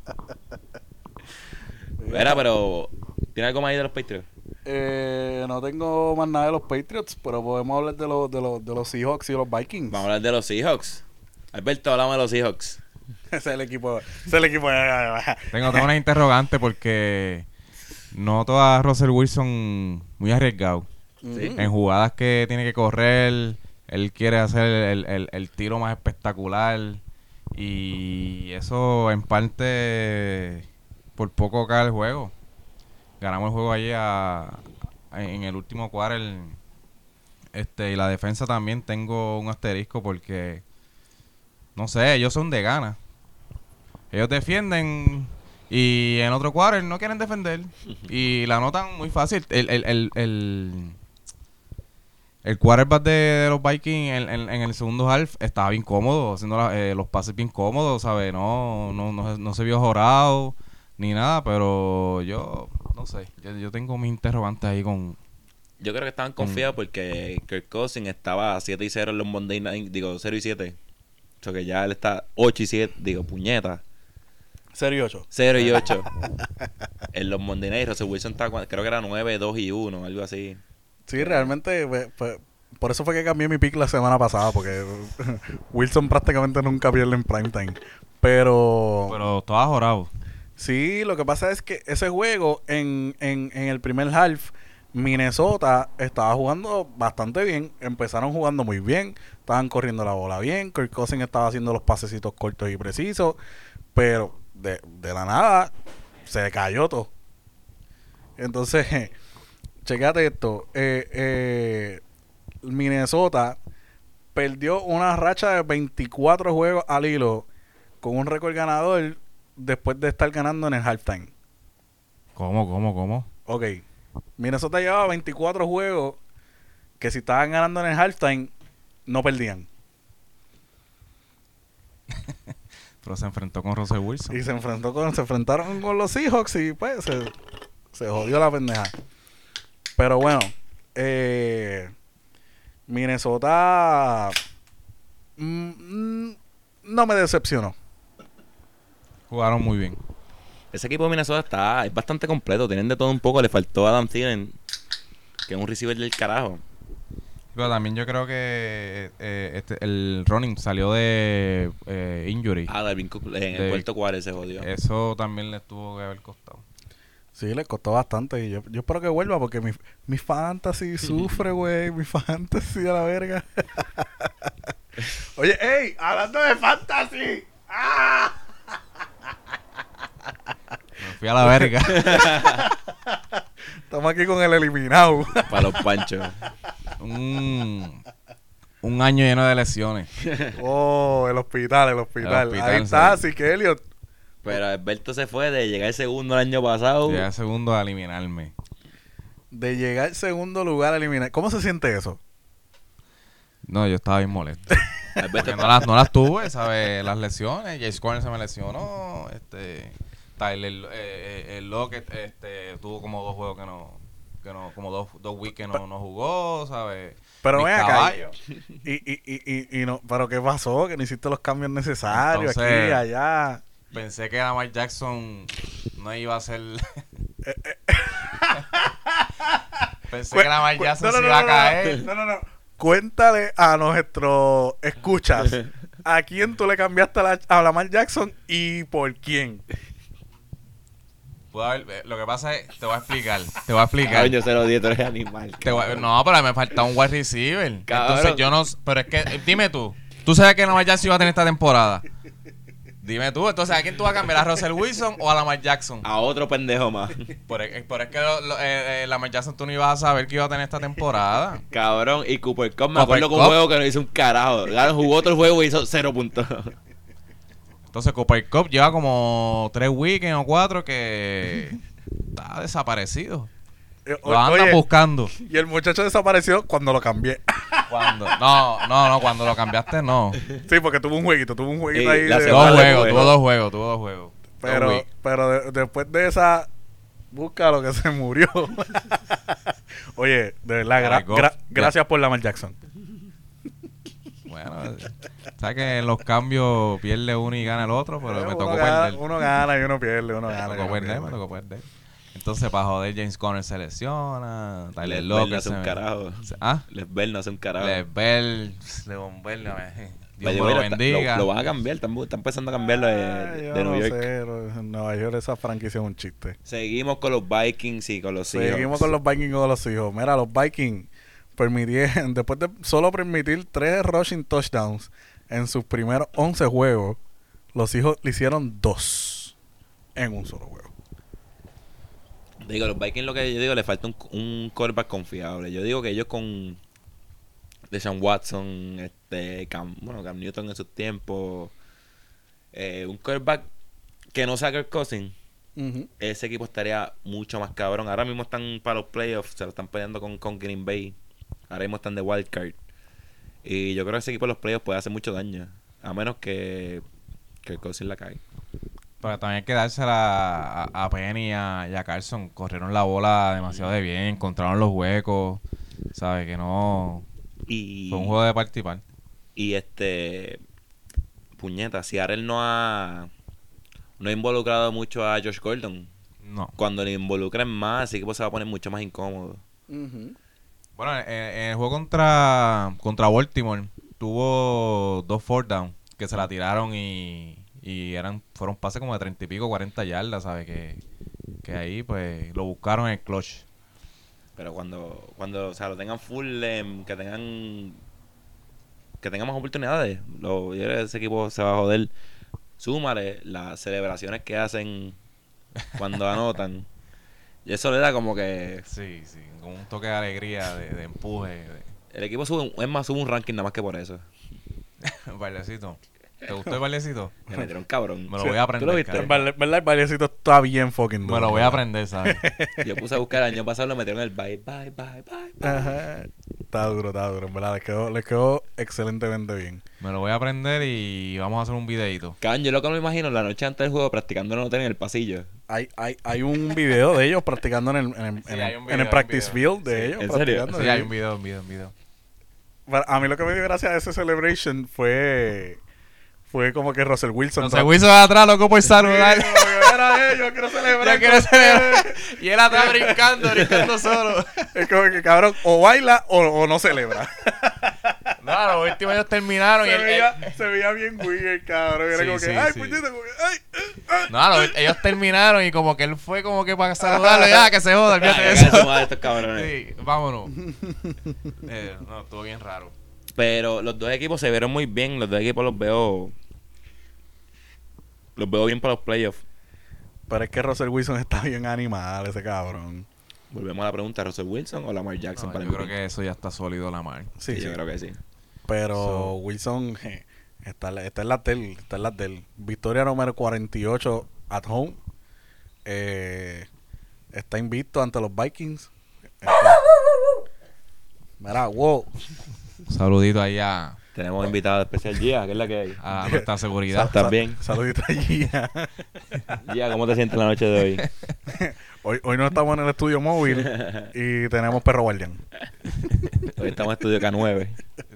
Mira, pero ¿tiene algo más ahí de los Patriots? No tengo más nada de los Patriots, pero podemos hablar de los Seahawks y los Vikings. Vamos a hablar de los Seahawks. Alberto, hablamos de los Seahawks. Ese es el equipo. Tengo una interrogante porque noto a Russell Wilson muy arriesgado. ¿Sí? En jugadas que tiene que correr, él quiere hacer el tiro más espectacular. Y eso en parte por poco cae el juego. Ganamos el juego allí en el último quarter. Y la defensa también tengo un asterisco porque no sé, ellos son de gana. Ellos defienden y en otro quarter no quieren defender y la anotan muy fácil. El quarterback de los Vikings en el segundo half estaba bien cómodo, haciendo los pases bien cómodos, ¿sabes? No se vio jorado ni nada, pero yo no sé. Yo tengo mis interrogantes ahí con... Yo creo que estaban confiados porque Kirk Cousins estaba 7-0 en los Monday Night, 0-7. O sea que ya él está 8-7, puñeta. 0-8. 0-8. En los Monday Night, Russell Wilson está, creo que era 9-2-1, algo así. Sí, realmente, pues, por eso fue que cambié mi pick la semana pasada, porque Wilson prácticamente nunca pierde en primetime. Pero estaba jorado. Sí, lo que pasa es que ese juego en el primer half, Minnesota estaba jugando bastante bien. Empezaron jugando muy bien, estaban corriendo la bola bien. Kirk Cousins estaba haciendo los pasecitos cortos y precisos, pero de la nada se cayó todo. Entonces, checate esto. Minnesota perdió una racha de 24 juegos al hilo con un récord ganador después de estar ganando en el halftime. ¿Cómo? Ok. Minnesota llevaba 24 juegos que si estaban ganando en el halftime, no perdían. Pero se enfrentó con Russell Wilson. Y se enfrentaron con los Seahawks y pues se jodió la pendeja. Pero bueno, Minnesota no me decepcionó. Jugaron muy bien. Ese equipo de Minnesota es bastante completo. Tienen de todo un poco. Le faltó a Adam Thielen, que es un receiver del carajo. Pero también yo creo que el running salió de injury. Dalvin Cook en el cuarto cuarto se jodió. Eso también le tuvo que haber costado. Sí, le costó bastante y yo espero que vuelva porque mi fantasy sufre, güey. Mi fantasy a la verga. Oye, ey, hablando de fantasy. ¡Ah! Me fui a la verga. Estamos aquí con el eliminado. Para los panchos. Un año lleno de lesiones. Oh, el hospital. El hospital, Ahí está, sí. así que Elliot. Pero Alberto se fue de llegar segundo el año pasado. Llegué segundo a eliminarme. De llegar segundo lugar a eliminar. ¿Cómo se siente eso? No, yo estaba bien molesto. Alberto Porque no las tuve, ¿sabes? Las lesiones. Jace Corner se me lesionó. Tyler el Lockett tuvo como 2 juegos que no como dos weeks que no jugó, ¿sabes? Pero Mis ven acá. caballos. Y no, pero ¿qué pasó? Que no hiciste los cambios necesarios Entonces, aquí, allá. Pensé que Lamar Jackson no iba a ser... Pensé que Lamar Jackson se iba a caer. No. Cuéntale a nuestros escuchas a quién tú le cambiaste a Lamar Jackson y por quién. Lo que pasa es, te voy a explicar. Coño, 0-10, tú eres animal. No, pero me falta un wide receiver. Cabrón. Entonces yo no... Pero es que, dime tú sabes que Lamar Jackson iba a tener esta temporada. Dime tú, entonces, ¿a quién tú vas a cambiar? ¿A Russell Wilson o a Lamar Jackson? A otro pendejo más. Por es que Lamar Jackson tú no ibas a saber que iba a tener esta temporada. Cabrón, y Cooper Cup, me Cooper acuerdo que un Kupp. juego que no hizo un carajo. Jugó otro juego y hizo 0 puntos. Entonces, Cooper Cup lleva como 3 weekends o 4 que está desaparecido. Lo andan buscando. Y el muchacho desapareció cuando lo cambié. ¿Cuándo? No, cuando lo cambiaste no. Sí, porque tuvo un jueguito Y ahí. la de- semana- Tuvo dos juegos. Pero después de esa, busca lo que se murió. Oye, de verdad, gracias por Lamar Jackson. Bueno, sabes que en los cambios pierde uno y gana el otro, pero me tocó perder. Uno gana y uno pierde, Me tocó perder. Entonces, para joder, James Conner se lesiona. Tyler Les Bell Lockett no hace un carajo. ¿Ah? Les Bell no hace un carajo. Les Bell, Leon Bell, Dios me Lo lo bendiga. Lo van a cambiar, están empezando a cambiarlo de New York. Sé, en Nueva York esa franquicia es un chiste. Seguimos con los Vikings y con los Seahawks. Seguimos con los Vikings y con los hijos. Mira, los Vikings permitieron, después de solo permitir 3 rushing touchdowns en sus primeros 11 juegos, los hijos le hicieron 2 en un solo juego. Digo, los Vikings, lo que yo digo, le falta un quarterback confiable. Yo digo que ellos con Deshaun Watson, Cam Newton en sus tiempos, un quarterback que no sea Kirk Cousins, ese equipo estaría mucho más cabrón. Ahora mismo están para los playoffs, se lo están peleando con Green Bay. Ahora mismo están de wild card. Y yo creo que ese equipo en los playoffs puede hacer mucho daño, a menos que Kirk Cousins la cague. Pero también hay que dársela a Penny y a Carlson. Corrieron la bola demasiado de bien, encontraron los huecos. ¿Sabes? Que no... Y Fue un juego de parte y parte. Y puñeta, Seattle no ha involucrado mucho a Josh Gordon. No. Cuando le involucran más, ese equipo se va a poner mucho más incómodo. Bueno, en el juego contra Baltimore tuvo 2 fourth down que se la tiraron y fueron pases como de 30 y pico, 40 yardas, ¿sabes? Que ahí pues lo buscaron en el clutch. Pero cuando o sea, lo tengan full, que tengan más oportunidades, yo creo que ese equipo se va a joder. Súmale las celebraciones que hacen cuando anotan. Y eso le da como que... Sí, con un toque de alegría, de empuje. El equipo sube un ranking nada más que por eso. Bailecito. ¿Te gustó el bailecito? Me metieron cabrón. Me lo voy a ¿Tú lo aprender, viste? En cabrón. verdad, el bailecito está bien fucking duro. Me lo voy a aprender, ¿sabes? Yo puse a buscar el año pasado, lo metieron el bye, bye, bye, bye, bye. Ajá. Está duro, en verdad. Les quedó excelentemente bien. Me lo voy a aprender y vamos a hacer un videito. Cabrón, yo lo que me imagino la noche antes del juego practicando en en el pasillo. Hay un video de ellos practicando en Sí, hay un en video, el practice hay un field de ellos. ¿En serio? practicando. Sí, hay un video. Pero a mí lo que me dio gracia de ese celebration fue como que Russell Wilson. Entonces Wilson atrás, loco por saludar. Yo quiero celebrar. Yo quiero celebrar. Y él atrás brincando solo. Es como que cabrón, o baila o no celebra. No, los últimos ellos terminaron y se veía bien weird, cabrón. Era Sí, como que, sí, ay, sí. puñeta, como que, ay. No, ellos terminaron y como que él fue como que para saludarlo. Ya, que se joda, olvídate de Hagan su eso. madre estos cabrones. Sí, vámonos. No, estuvo bien raro. Pero los dos equipos se vieron muy bien. Los dos equipos los veo bien para los playoffs. Pero es que Russell Wilson está bien animal, ese cabrón. Volvemos a la pregunta, ¿Russell Wilson o Lamar Jackson No, para yo el creo MVP? que eso ya está sólido la mar. Sí, Sí, sí. yo creo que sí. Pero So- Wilson está en las del. Victoria número 48 at home. Está invicto ante los Vikings. Mira, wow. Saludito ahí a Tenemos invitado especial Gia, que es la que hay. nuestra seguridad. ¿Estás bien? Saludito allí. Gia, ¿cómo te sientes la noche de hoy? Hoy no estamos en el estudio móvil y tenemos perro guardián. Hoy estamos en estudio K9.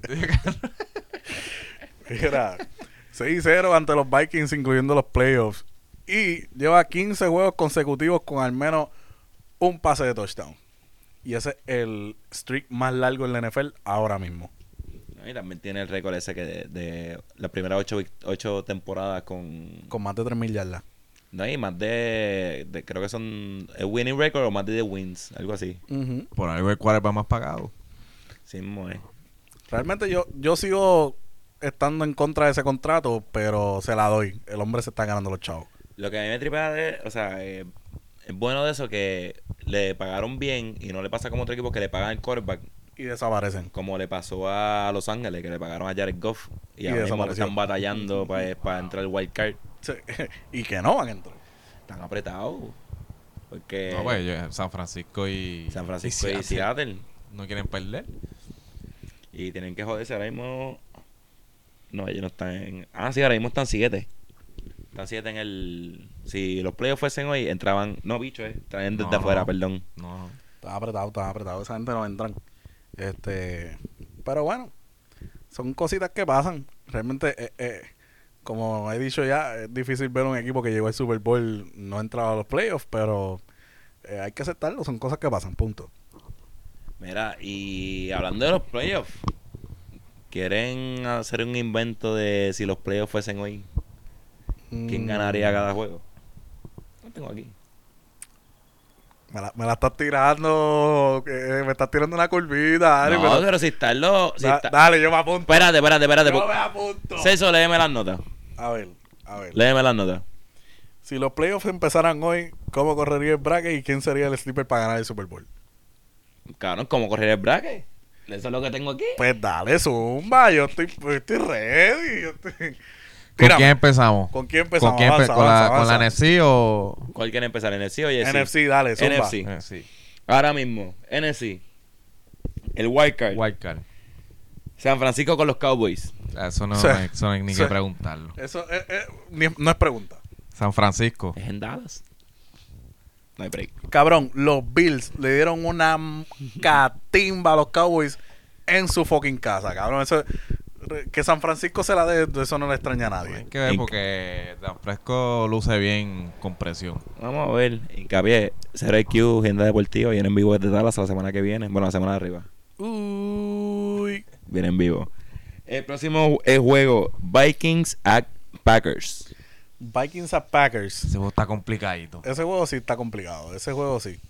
Mira, 6-0 ante los Vikings, incluyendo los playoffs. Y lleva 15 juegos consecutivos con al menos un pase de touchdown. Y ese es el streak más largo en la NFL ahora mismo. Y también tiene el récord ese que de las primeras 8 temporadas Con más de 3,000 yardas. No hay más de creo que son el winning record o más de wins, algo así. Ujú. Por algo el quarterback más pagado. Sí mismo es. Realmente yo sigo estando en contra de ese contrato, pero se la doy. El hombre se está ganando los chavos. Lo que a mí me tripea es bueno de eso que le pagaron bien y no le pasa como otro equipo que le pagan el quarterback, Y desaparecen. como le pasó a Los Ángeles, que le pagaron a Jared Goff y ahora mismo desapareció. están batallando para entrar al wild card. Sí. Y que no van a entrar. Están apretados. Porque No, pues San Francisco y San Francisco y Seattle. no quieren perder. Y tienen que joderse ahora mismo. No, ellos no están en. Ah, sí, ahora mismo están 7. Están 7 en el. Si los playoffs fuesen hoy, entraban. No, bicho, traen desde No. afuera, perdón. No. Están apretados. Esa gente no entran. Pero bueno, son cositas que pasan. Realmente, como he dicho ya, es difícil ver un equipo que llegó al Super Bowl no entraba a los playoffs, pero hay que aceptarlo. Son cosas que pasan, punto. Mira, y hablando de los playoffs, ¿quieren hacer un invento de si los playoffs fuesen hoy? ¿Quién ganaría cada juego? Lo tengo aquí. Me la estás tirando. Me estás tirando una curvita, Dale. No, pero si está en los. Si está... Dale, yo me apunto. Espérate. Yo me apunto. Celso, léeme las notas. A ver. Léeme las notas. Si los playoffs empezaran hoy, ¿cómo correría el bracket y quién sería el sleeper para ganar el Super Bowl? Cabrón, ¿cómo correr el bracket? Eso es lo que tengo aquí. Pues dale, zumba. Yo estoy ready. ¿Con Tírame. quién empezamos? ¿Con quién empezamos? ¿Con quién Avanza, con la avanza. NFC o ¿Cuál quiere empezar? ¿NFC o JC? NFC, dale, zumba. NFC. sí. Ahora mismo, NFC. El wildcard. Wildcard? San Francisco con los Cowboys. Eso no, Sí. eso no hay ni Sí. que preguntarlo. Eso no es pregunta. San Francisco. Es en Dallas. No hay break. Cabrón, los Bills le dieron una catimba a los Cowboys en su fucking casa, cabrón. Eso, que San Francisco se la dé, eso no le extraña a Hay nadie. que ver porque Dan Fresco luce bien con presión. Vamos a ver. Hincapié. 0IQ, Agenda Deportiva. Viene en vivo desde Dallas la semana que viene. Bueno, la semana de arriba. Uy. Viene en vivo. El próximo juego. Vikings at Packers. Vikings a Packers. Ese juego está complicadito. Ese juego sí está complicado. Ese juego sí.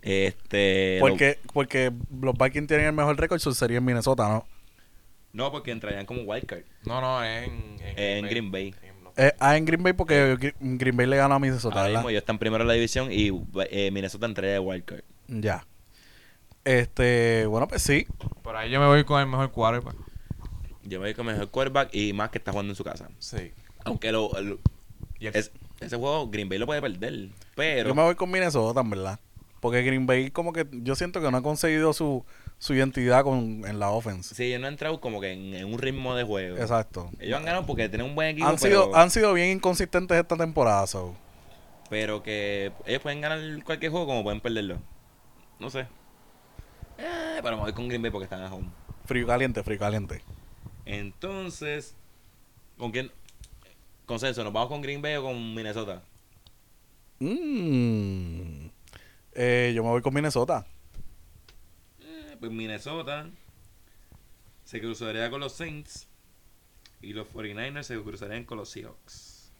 Lo- Porque los Vikings tienen el mejor récord, eso sería en Minnesota, ¿no? No, porque entrarían como wildcard. No, es En Green Bay. En Green Bay porque Green Bay le ganó a Minnesota, Ahora ¿verdad? mismo ellos están primero en la división y Minnesota entraría de wildcard. Ya. Bueno, pues sí. Por ahí yo me voy con el mejor quarterback. Yo me voy con mejor quarterback y más que está jugando en su casa. Sí. Aunque Y ese juego Green Bay lo puede perder. Pero Yo me voy con Minnesota, en verdad. Porque Green Bay como que yo siento que no ha conseguido su identidad en la offense. sí, ellos no han entrado como que en un ritmo de juego. Exacto. Ellos han ganado porque tienen un buen equipo, Han sido bien inconsistentes esta temporada, so. pero que ellos pueden ganar cualquier juego como pueden perderlo. No sé. Pero me voy con Green Bay porque están a home. Frío y caliente, frío y caliente. Entonces, ¿con quién? Consenso, ¿nos vamos con Green Bay o con Minnesota? Yo me voy con Minnesota. Pues Minnesota se cruzaría con los Saints y los 49ers se cruzarían con los Seahawks.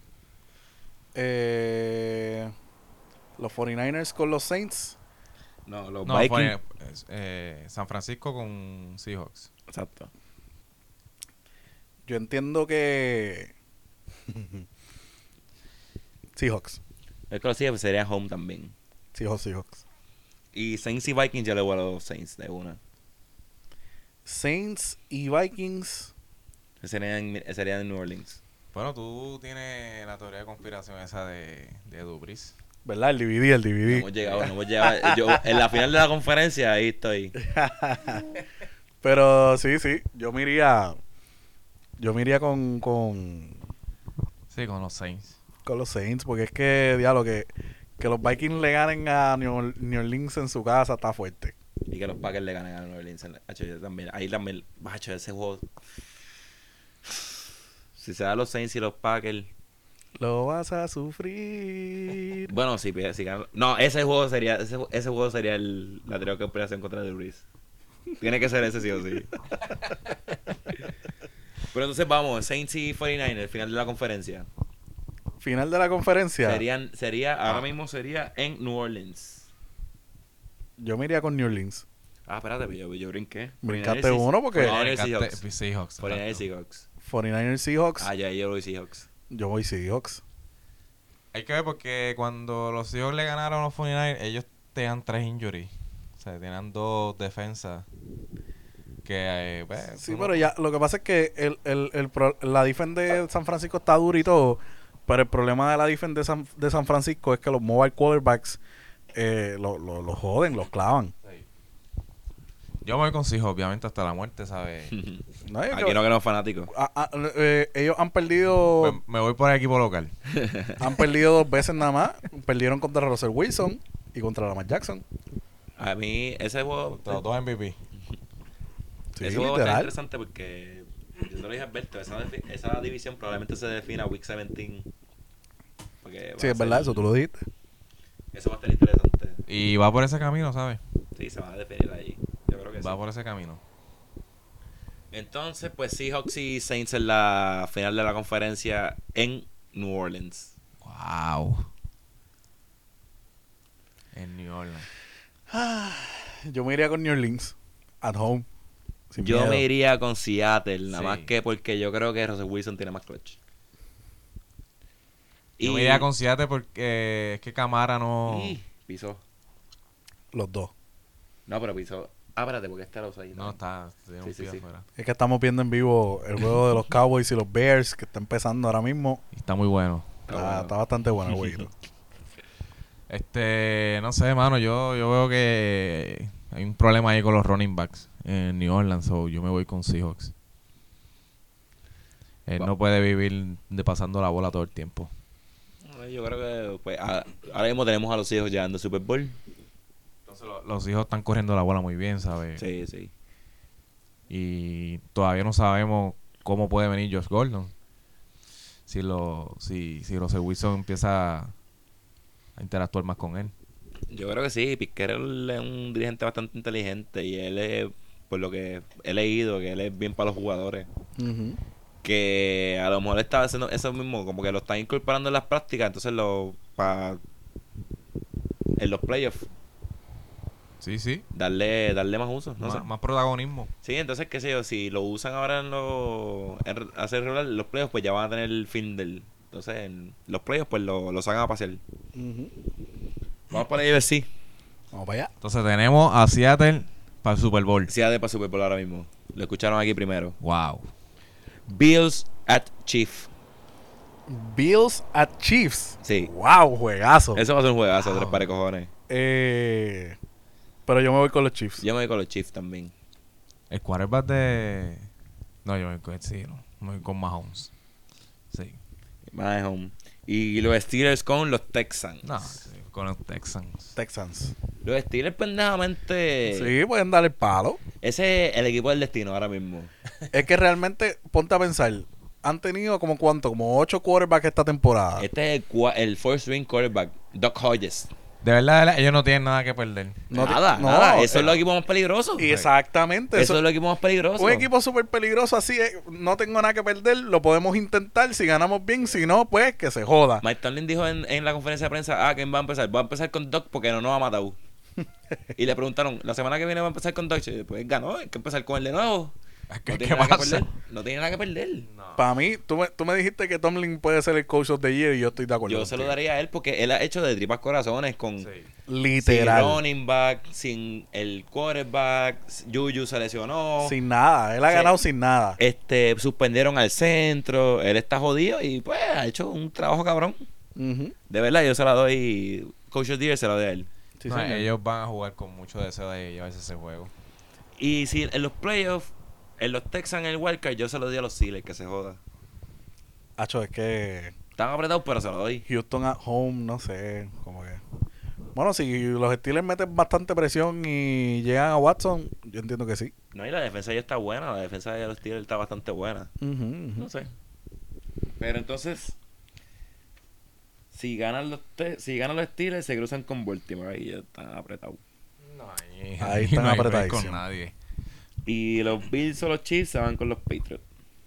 Los 49ers con los Saints. No, los No, Vikings. fue San Francisco con Seahawks. Exacto. Yo entiendo que Seahawks. Es que los Seahawks serían home también. Seahawks. Y Saints y Vikings ya le voy a los Saints de una. Saints y Vikings. Serían en New Orleans. Bueno, tú tienes la teoría de conspiración esa de Dubris. ¿Verdad? El DVD. No hemos llegado. Yo, en la final de la conferencia, ahí estoy. Pero sí. Yo me iría con Sí, con los Saints. los Saints. Porque es que, diablo, que los Vikings le ganen a New Orleans en su casa está fuerte. Y que los Packers le ganen a New Orleans. Ahí también. Bacho, ese juego. Si se da los Saints y los Packers. Lo vas a sufrir. Bueno, si ganan. No, ese juego sería. Ese juego sería la teoría de conspiración contra The Breeze. Tiene que ser ese sí o sí. Pero entonces vamos, Saints y 49ers, final de la conferencia. Final de la conferencia. Ahora mismo sería en New Orleans. Yo me iría con New Orleans. Espérate, yo brinqué. Brincaste uno porque 49ers Seahawks. Seahawks. 49ers Seahawks. 49ers Seahawks. Ya yo voy Seahawks. Yo voy Seahawks. Hay que ver porque cuando los Seahawks le ganaron a los 49ers, ellos tenían 3 injuries. O sea, tenían 2 defensas. Que, Sí, pero ya, lo que pasa es que la defensa de San Francisco está dura y todo. Pero el problema de la defensa de San Francisco es que los mobile quarterbacks los joden, los clavan. Yo me voy con Seahawks, obviamente, hasta la muerte, ¿sabes? No, Aquí no queremos fanáticos. ellos han perdido Pues me voy por el equipo local. han perdido 2 veces nada más. Perdieron contra Russell Wilson y contra Lamar Jackson. A mí, ese juego. Los 2 MVP. Sí, Ese juego está literal. interesante porque. Yo te lo dije a Alberto, esa división probablemente se defina Week 17. Porque Sí, es verdad, eso tú lo dijiste. Eso va a estar interesante. Y va por ese camino, ¿sabes? Sí, se va a definir ahí. Yo creo que Va sí. por ese camino. Entonces, pues Seahawks y Saints en la final de la conferencia en New Orleans. Wow. En New Orleans. Yo me iría con New Orleans. At home. Sin Yo miedo. me iría con Seattle, nada Sí. más que porque yo creo que Russell Wilson tiene más clutch. Yo me iría con Seattle porque es que Camara no... Y pisó. Los dos. No, pero pisó. Espérate, porque está los ahí. No, tiene un Sí, sí, pie sí. afuera. Es que estamos viendo en vivo el juego de los Cowboys y los Bears que está empezando ahora mismo. Y está muy bueno. Está bastante bueno el jueguito. No sé, mano, yo veo que hay un problema ahí con los running backs en New Orleans, so yo me voy con Seahawks. Él no puede vivir de pasando la bola todo el tiempo. Yo creo que pues, ahora mismo tenemos a los hijos llegando al Super Bowl. Entonces los hijos están corriendo la bola muy bien, ¿sabes? Sí, sí. Y todavía no sabemos cómo puede venir Josh Gordon. Si Russell Wilson empieza a interactuar más con él. Yo creo que sí. Pete Carroll es un dirigente bastante inteligente y él es, por lo que he leído, que él es bien para los jugadores. Ujú. Que a lo mejor está haciendo eso mismo, como que lo están incorporando en las prácticas, entonces en los playoffs Sí. darle más uso, no sé. Más protagonismo. Sí, entonces qué sé yo, si lo usan ahora en hacer regular los playoffs, pues ya van a tener el fin del. Entonces en los playoffs pues lo sacan a pasear. Ujú. Vamos para el AFC. Vamos para allá. Entonces tenemos a Seattle para el Super Bowl. Sí, de para Super Bowl ahora mismo. Lo escucharon aquí primero. Wow. Bills at Chief. Bills at Chiefs. Sí. Wow, juegazo. Eso va a ser un juegazo, Wow. 3 pares de cojones. Pero yo me voy con los Chiefs. Yo me voy con los Chiefs también. El quarterback de... No, yo me voy con... Sí, no. Me voy con Mahomes. Sí. Mahomes. Y los Steelers con los Texans. No, sí, con los Texans. Texans. Los Steelers pendejamente... Sí, pueden dar el palo. Ese es el equipo del destino ahora mismo. Es que realmente, ponte a pensar, han tenido como cuánto, como 8 quarterbacks esta temporada. Este es el first string quarterback, Doc Hodges. De verdad, ellos no tienen nada que perder. No te- nada, no, nada. Eso es los equipos más peligrosos. Y exactamente. Eso es los equipos más peligrosos. Un equipo súper peligroso así, no tengo nada que perder, lo podemos intentar, si ganamos bien, si no, pues que se joda. Mike Tomlin dijo en la conferencia de prensa, ¿quién va a empezar? Va a empezar con Doc porque no nos ha matado. Y le preguntaron, ¿la semana que viene va a empezar con Doc? Pues ganó, hay que empezar con él de nuevo. ¿Qué No tiene nada que pasa? perder. No tiene nada que perder. Para mí, tú me dijiste que Tomlin puede ser el coach of the year y yo estoy de acuerdo. Yo se lo contigo. daría a él porque él ha hecho de tripas corazones con... Literal. Sin running back, sin el quarterback, Juju se lesionó. Sin nada, él ha Sí. ganado sin nada. Suspendieron al centro, él está jodido y pues ha hecho un trabajo cabrón. Ujú. De verdad, yo se la doy, Coach of the Year se la doy a él. Sí, No, señor. ellos van a jugar con mucho deseo de llevarse ese juego. Y si en los playoffs, en los Texans, en el wildcard, yo se lo doy a los Steelers, que se joda. Acho, es que Están apretados, pero se lo doy. Houston at home, no sé, como que... Bueno, si los Steelers meten bastante presión y llegan a Watson, yo entiendo que sí. No, y la defensa ya está buena, la defensa de los Steelers está bastante buena. Ujú, ujú. No sé. Pero entonces, si ganan los Steelers, se cruzan con Baltimore. Ahí ya están apretados. No, Ahí están no hay break apretadísimos. con nadie. Y los Bills o los Chiefs se van con los Patriots.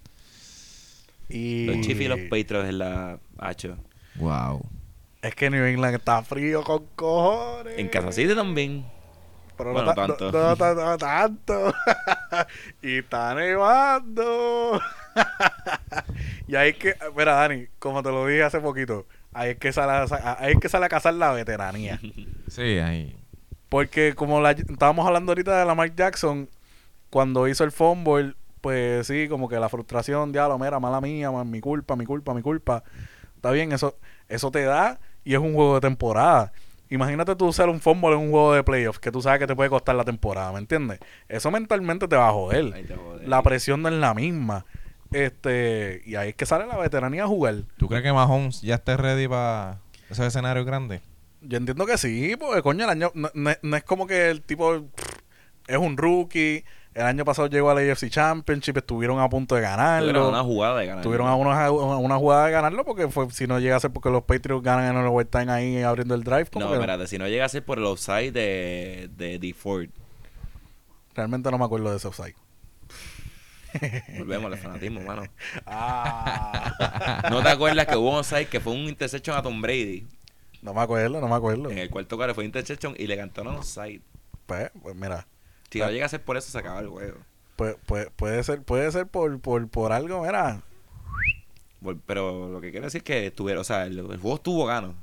Y Los Chiefs y los Patriots en la H. Wow. es que New England está frío con cojones. En Kansas City también. Pero Bueno, no, tanto. no tanto. Y está nevando. Y ahí es que, mira, Dani, como te lo dije hace poquito, ahí es que sale a cazar la veteranía. Sí, ahí. Porque como estábamos hablando ahorita de Lamar Jackson, cuando hizo el fumble, pues sí, como que la frustración, diablo, mira, mala mía, mi culpa. Está bien, eso te da y es un juego de temporada. Imagínate tú usar un fumble en un juego de playoffs que tú sabes que te puede costar la temporada, ¿me entiendes? Eso mentalmente te va a joder. Ahí te jode. La presión no es la misma. Y ahí es que sale la veteranía a jugar. ¿Tú crees que Mahomes ya esté ready para esos escenarios grandes? Yo entiendo que sí, porque coño, el año no es como que el tipo es un rookie. El año pasado llegó a la AFC Championship, estuvieron a punto de ganarlo. Tuvieron una jugada de ganar. Tuvieron a una jugada de ganarlo porque si no llega a ser porque los Patriots ganan en el overtime ahí abriendo el drive. Como No, que espérate, si no llega a ser por el offside de D. Ford. realmente no me acuerdo de ese offside. Volvemos al fanatismo, mano. Ah. ¿No te acuerdas que hubo un offside que fue un interception a Tom Brady? No me acuerdo. En el cuarto cuarto fue interception y le cantaron offside. Pues mira, Si no llega a ser por eso, se acaba el juego. puede ser por algo, mira. Pero lo que quiero decir es que estuvieron, o sea, el juego estuvo gano.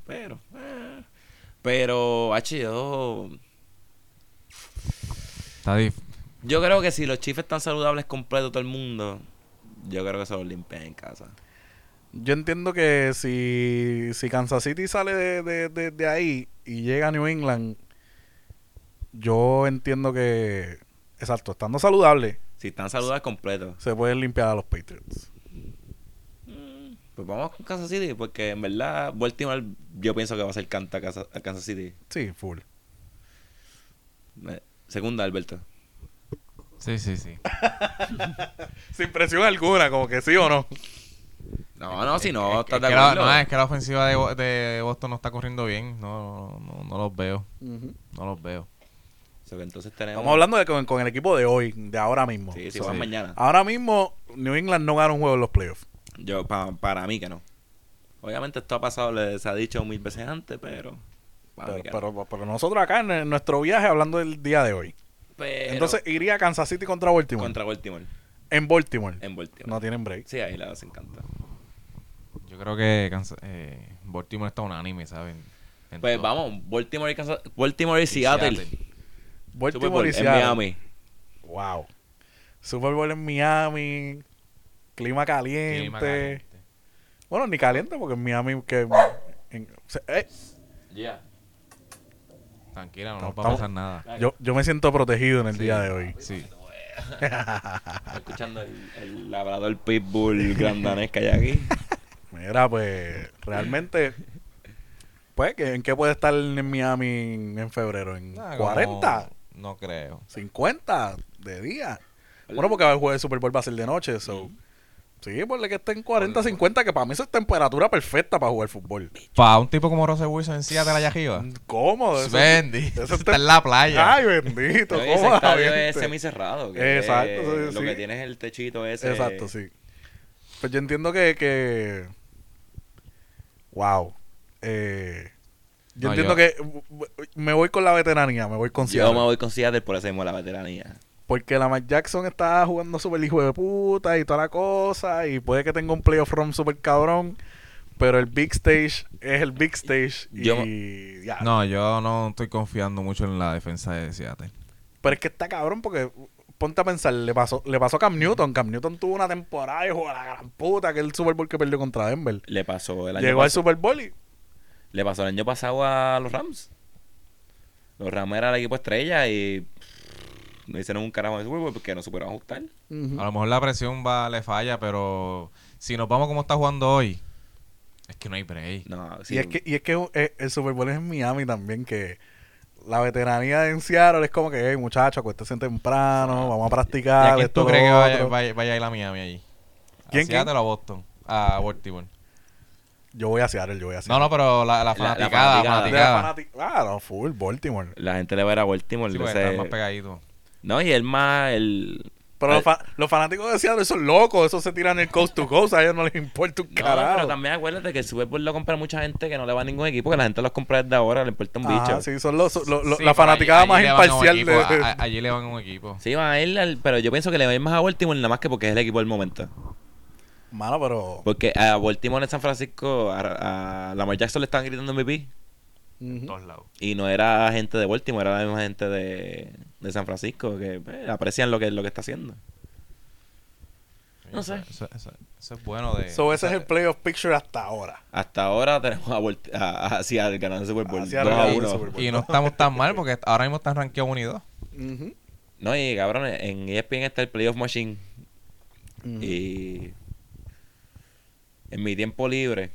Pero, Está difícil. yo creo que si los Chiefs están saludables completo todo el mundo, yo creo que se los limpian en casa. Yo entiendo que si Kansas City sale de ahí y llega a New England, yo entiendo que, exacto, estando saludable, Si están saludables completos. se pueden limpiar a los Patriots. Pues vamos con Kansas City, porque en verdad Baltimore yo pienso que va a ser canta a Kansas City. Sí, full. Segunda, Alberto. Sí. Sin presión alguna, como que sí o no. No, si no, estás de es acuerdo. que la ofensiva de Boston no está corriendo bien. No los veo. Ujú. No los veo. So que entonces tenemos... Estamos hablando con el equipo de hoy, de ahora mismo. Sí, So, van mañana. ahora mismo, New England no gana un juego en los playoffs. Yo, para mí que no. Obviamente esto ha pasado, les ha dicho 1000 veces antes, pero... para mí que no. Pero nosotros acá en nuestro viaje, hablando del día de hoy. Pero Entonces iría a Kansas City contra Baltimore. contra Baltimore. En Baltimore. En Baltimore. No tienen break. Sí, ahí les encanta. Yo creo que Baltimore está unánime, ¿saben? En Pues todo. vamos, Baltimore y Seattle. Baltimore Super Bowl y en Seattle. Miami. Wow. Super Bowl en Miami. clima caliente. Clima caliente. Bueno, ni caliente porque en Miami que... Ya. Tranquila, no nos va a Estamos- pasar nada. yo me siento protegido en el Sí, día de hoy. Sí. Escuchando el labrador pitbull grandanés que hay aquí. Mira, pues realmente, pues, ¿en qué puede estar en Miami en febrero? ¿En Nada, 40? como- No creo. 50 de día. Bueno, porque el juego de Super Bowl va a ser de noche, so. Sí, ponle que esté en 40, 50, que para mí eso es temperatura perfecta para jugar fútbol. Para un tipo como Russell Wilson en Seattle allá arriba. Cómodo. Eso, Bendito. eso Está en la playa. Ay, bendito. Ese estadio es cómodamente. semicerrado. Que Exacto, lo sí. que tiene es el techito ese. Exacto, sí. Pues yo entiendo que... Wow. Yo No, entiendo yo- que me voy con la veteranía, me voy con Yo Seattle. me voy con Seattle por eso mismo la veteranía. Porque Lamar Jackson está jugando super hijo de puta y toda la cosa. Y puede que tenga un playoff run super cabrón. Pero el big stage es el big stage. Yo- Y ya. No, yo no estoy confiando mucho en la defensa de Seattle. Pero es que está cabrón porque ponte a pensar, le pasó a Cam Newton. Cam Newton tuvo una temporada y jugó a la gran puta, que es el Super Bowl que perdió contra Denver. Le pasó el año Llegó al pasado. Super Bowl y... Le pasó el año pasado a los Rams. Los Rams era el equipo estrella y no hicieron un carajo en el Super Bowl porque no supieron ajustar. Ujú. A lo mejor la presión le falla, pero si nos vamos como está jugando hoy, es que no hay break. No, sí. Y es que el Super Bowl es en Miami también, que la veteranía en Seattle es como que, hey, muchachos, acuérdense temprano, vamos a ¿Y a practicar. quién esto, tú crees que lo vaya, otro. vaya a ir a Miami allí? ¿Quién, ¿A Seattle o a Boston? A Baltimore. Yo voy a Seattle, yo voy a No, Seattle. no, pero la fanaticada. fanaticada. De la ah, no, full, Baltimore. La gente le va a ir a Baltimore. Sí, porque ese- están más pegaditos. No, y el más... El... Pero Al- los fanáticos de Seattle son locos, esos se tiran el coast to coast, a ellos no les importa un No, carajo. pero también acuérdate que el Super Bowl lo compra mucha gente que no le va a ningún equipo, que la gente los compra desde ahora, le importa un bicho. Ajá, sí, son Sí, la pero fanaticada allí más le van a un imparcial equipo, de... allí le van a un equipo. Sí, van a ir, pero yo pienso que le va a ir más a Baltimore nada más que porque es el equipo del momento. Mano, pero... Porque a Baltimore en San Francisco, a Lamar Jackson le estaban gritando MVP. Ujú. Todos lados. Y no era gente de Baltimore, era la misma gente de San Francisco que aprecian lo que está haciendo. No sé. Eso es bueno de... So, ese es el playoff picture hasta ahora. Hasta ahora tenemos a Seattle ganando el Super Bowl. A Seattle 2-1. ganando el Super Bowl. Y no estamos tan mal porque ahora mismo están rankeados unidos. Ujú. No, y cabrón, en ESPN está el Playoff Machine. Ujú. Y en mi tiempo libre,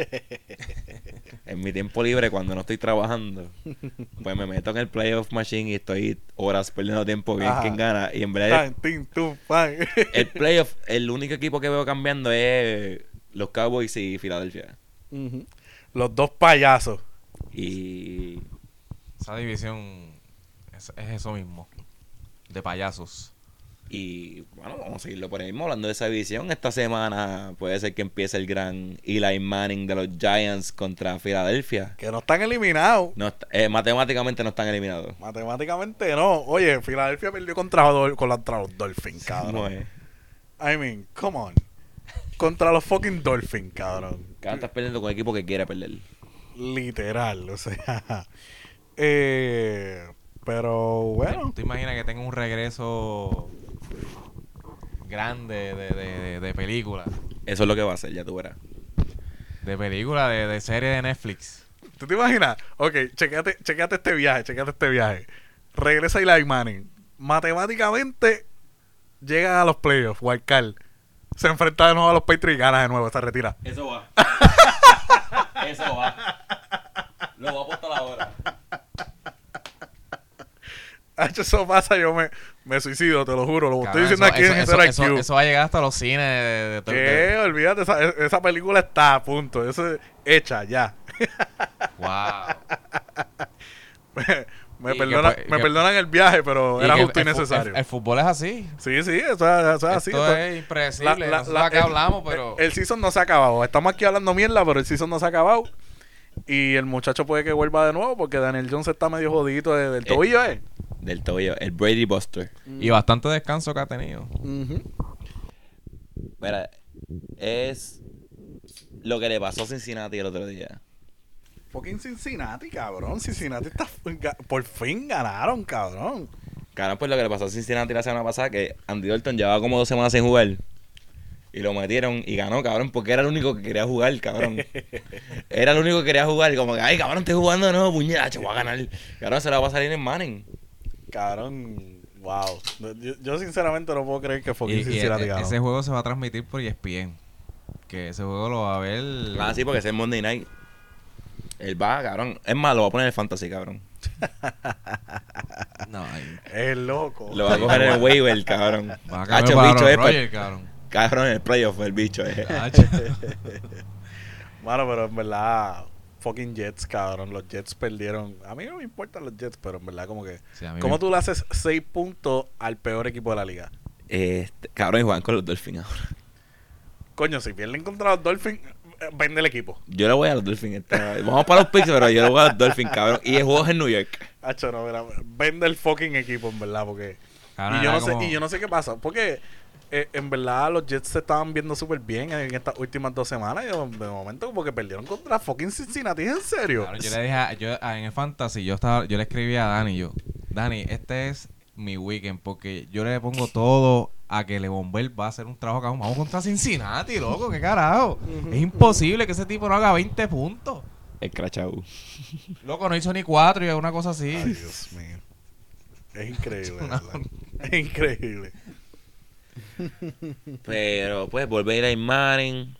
cuando no estoy trabajando, pues me meto en el Playoff Machine y estoy horas perdiendo tiempo bien Ajá. quién gana. Y en verdad, Tan, tin, tum, pan. el Playoff, el único equipo que veo cambiando es los Cowboys y Filadelfia. Ujú. Los dos payasos. Y Esa división es eso mismo. De payasos. Y bueno, vamos a seguirlo por ahí mismo. Hablando de esa división, esta semana puede ser que empiece el gran Eli Manning de los Giants contra Filadelfia. Que no están eliminados. No, matemáticamente no están eliminados. Matemáticamente no. Oye, Filadelfia perdió contra los Dolphins, cabrón. ¿Cómo es? I mean, come on. Contra los fucking Dolphins, cabrón. Cada estás perdiendo con un equipo que quiere perder. Literal, o sea. Pero bueno. ¿Tú imaginas que tenga un regreso grande de película? Eso es lo que va a hacer, ya tú verás. De película, de serie de Netflix. ¿Tú te imaginas? Ok, chequéate este viaje. Regresa Eli Manning. Matemáticamente llega a los playoffs, wildcard. Se enfrenta de nuevo a los Patriots y gana de nuevo, se retira. Eso va. Eso va. Lo voy a apostar ahora. Eso pasa, yo me suicido, te lo juro. Lo estoy Cabrón, diciendo aquí en Interact eso va a llegar hasta los cines de ¿Qué? Olvídate, esa película está a punto. Eso es hecha ya. Wow. Me Y perdonan el viaje, pero era justo y necesario. El fútbol es así. Sí, eso es así. Esto es impredecible. Nosotros acá hablamos, pero... El season no se ha acabado. Estamos aquí hablando mierda, pero el season no se ha acabado. Y el muchacho puede que vuelva de nuevo porque Daniel Jones está medio jodidito del tobillo, Del tobillo, el Brady Buster. Y bastante descanso que ha tenido. Ujú. Mira, es lo que le pasó a Cincinnati el otro día. Fucking Cincinnati, cabrón. Cincinnati está... Por fin ganaron, cabrón. Claro, pues lo que le pasó a Cincinnati la semana pasada, que Andy Dalton llevaba como 2 semanas sin jugar. Y lo metieron y ganó, cabrón, porque era el único que quería jugar, cabrón. Era el único que quería jugar. Como que, ay, cabrón, estoy jugando, no, puñeta, voy a ganar. Cabrón, se la va a salir en Manning. Cabrón, wow. Yo sinceramente no puedo creer que fucking Cincinnati ganó. Ese juego se va a transmitir por ESPN. Que ese juego lo va a ver... Ah, sí, porque ese es Monday Night. Él va, cabrón. Es más, lo va a poner en el Fantasy, cabrón. No, Es loco. Lo va a coger en el waiver, cabrón. va a Hacho, cambiar el bicho para es... Roger, cabrón. Cabrón, en el playoff el bicho es. Mano, pero en verdad, fucking Jets, cabrón. Los Jets perdieron. A mí no me importan los Jets, pero en verdad, como que. Sí, a mí ¿Cómo me- tú le haces 6 puntos al peor equipo de la liga? Cabrón, y juegan con los Dolphins ahora. Coño, si pierden contra los Dolphins, vende el equipo. Yo le voy a los Dolphins. Vamos para los picks, pero yo le voy a los Dolphins, cabrón. Y el juego es en New York. Hacho, no, mira, vende el fucking equipo, en verdad, porque. Cabrón, Y yo, era no sé, como- y yo no sé qué pasa, porque en verdad los Jets se estaban viendo súper bien en estas últimas 2 semanas y de momento como que perdieron contra fucking Cincinnati, ¿en serio? Cabrón, yo le dije en el Fantasy, yo le escribí a Dani, Dani, este es mi weekend, porque yo le pongo todo a que LeVon Bell va a hacer un trabajo, cabrón. Vamos contra Cincinnati, loco, qué carajo. Es imposible que ese tipo no haga 20 puntos. El crachau. Loco, no hizo ni 4 y una cosa así. Ay, Dios mío. Es increíble, ¿verdad? Es increíble. Pero pues volver a Eli Manning.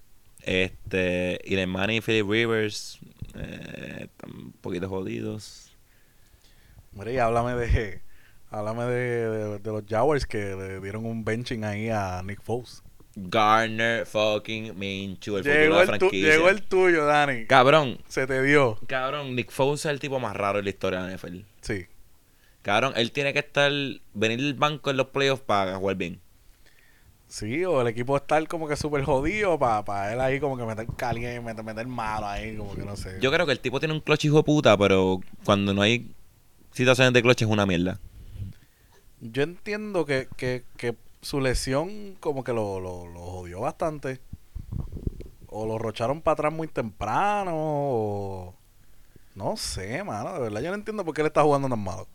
Eli Manning y Philip Rivers. Están un poquito jodidos. Mira, y háblame de los Jaguars que le dieron un benching ahí a Nick Foles. Garner fucking Minshew, el futuro de la franquicia. Llegó el tuyo, Dani. Cabrón, Se te dio. Nick Foles es el tipo más raro en la historia de la NFL. Sí. Cabrón, él tiene que venir del banco en los playoffs para jugar bien. Sí, o el equipo estar como que súper jodido para él ahí como que meter caliente, meter malo ahí, como que no sé. Yo creo que el tipo tiene un clutch hijo de puta, pero cuando no hay situaciones de clutch es una mierda. Yo entiendo que su lesión como que lo jodió bastante. O lo rocharon para atrás muy temprano, o... No sé, mano, de verdad yo no entiendo por qué él está jugando tan malo.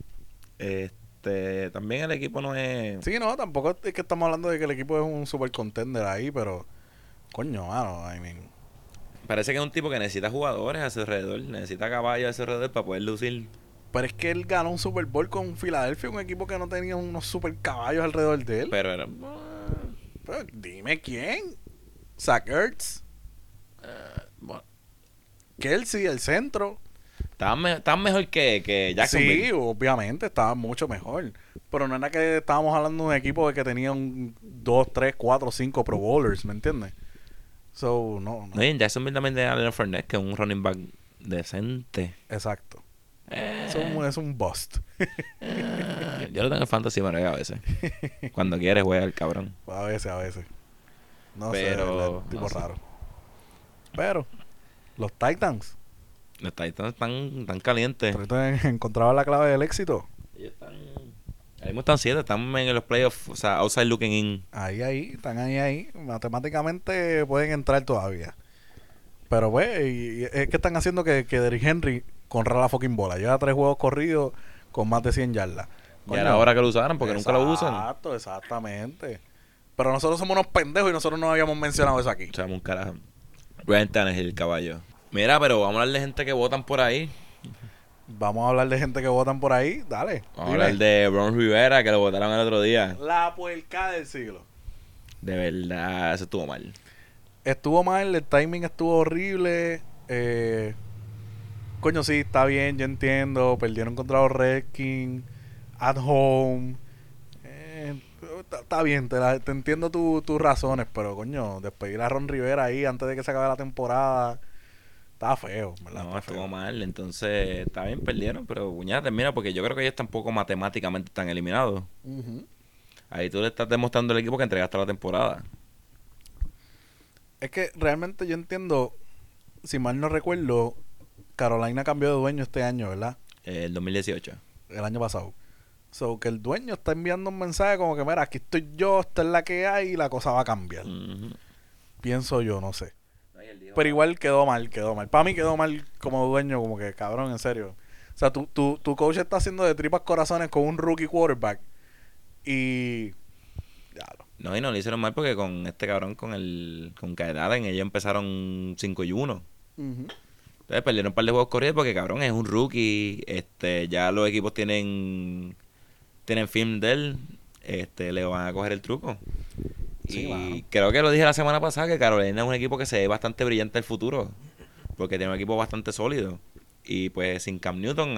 También el equipo no es... Sí, no, tampoco es que estamos hablando de que el equipo es un super contender ahí, pero... Coño, mano, I mean... Parece que es un tipo que necesita jugadores a su alrededor, necesita caballos a su alrededor para poder lucir. Pero es que él ganó un Super Bowl con Filadelfia, un equipo que no tenía unos super caballos alrededor de él. Pero era... Pero dime quién. Zach Ertz, bueno, Kelsey, el centro. estaban mejor que Jacksonville. Sí, obviamente, estaba mucho mejor. Pero no era que estábamos hablando de un equipo que tenía 2, 3, 4, 5 Pro Bowlers, ¿me entiendes? So, no. No, y en Jacksonville también de Leonard Fournette, que es un running back decente. Exacto. Es un bust. Yo lo tengo en fantasy, pero a veces. Cuando quiere juega el cabrón. A veces. No sé, Pero, de verdad, tipo no sé. raro. Pero, los Titans, Los Titans están calientes. encontraban la clave del éxito. Ellos están... Ahora mismo están 7, están en los playoffs, o sea, outside looking in. Ahí, están ahí. Matemáticamente pueden entrar todavía. Pero, pues, y es que están haciendo que Derrick Henry corra la fucking bola. Lleva 3 juegos corridos con más de 100 yardas. Ya era hora que lo usaran porque nunca lo usan. Exacto, exactamente. Pero nosotros somos unos pendejos y nosotros no habíamos mencionado eso aquí. O sea, un carajo. Ryan Tannehill, el caballo. Mira, pero vamos a hablar de gente que votan por ahí. Vamos a hablar de gente que votan por ahí. Dale. Vamos dime. a hablar de Ron Rivera, que lo votaron el otro día. La puerca del siglo. De verdad, eso estuvo mal. Estuvo mal, el timing estuvo horrible. Coño, sí, está bien, yo entiendo. Perdieron contra los Redskins. At home. Está bien, te entiendo tus razones, pero coño, despedir a Ron Rivera ahí antes de que se acabe la temporada. Estaba feo, ¿verdad? No, Está estuvo feo. mal. Entonces, está bien, perdieron, pero puñada, termina porque yo creo que ellos tampoco matemáticamente están eliminados. Ujú. Ahí tú le estás demostrando al equipo que entregaste la temporada. Es que realmente yo entiendo, si mal no recuerdo, Carolina cambió de dueño este año, ¿verdad? El 2018. El año pasado. So, que el dueño está enviando un mensaje como que, mira, aquí estoy yo, esta es la que hay y la cosa va a cambiar. Ujú. Pienso yo, no sé. Pero igual quedó mal. Para mí quedó mal como dueño, como que, cabrón, en serio. O sea, tu coach está haciendo de tripas corazones con un rookie quarterback y... Diablo. No, y no lo hicieron mal porque con este cabrón, con Kyle Allen, ellos empezaron 5-1. Entonces perdieron un par de juegos corridos porque, cabrón, es un rookie. Ya los equipos tienen film de él. Le van a coger el truco. Sí, Y mano. creo que lo dije la semana pasada que Carolina es un equipo que se ve bastante brillante el futuro. Porque tiene un equipo bastante sólido. Y pues sin Cam Newton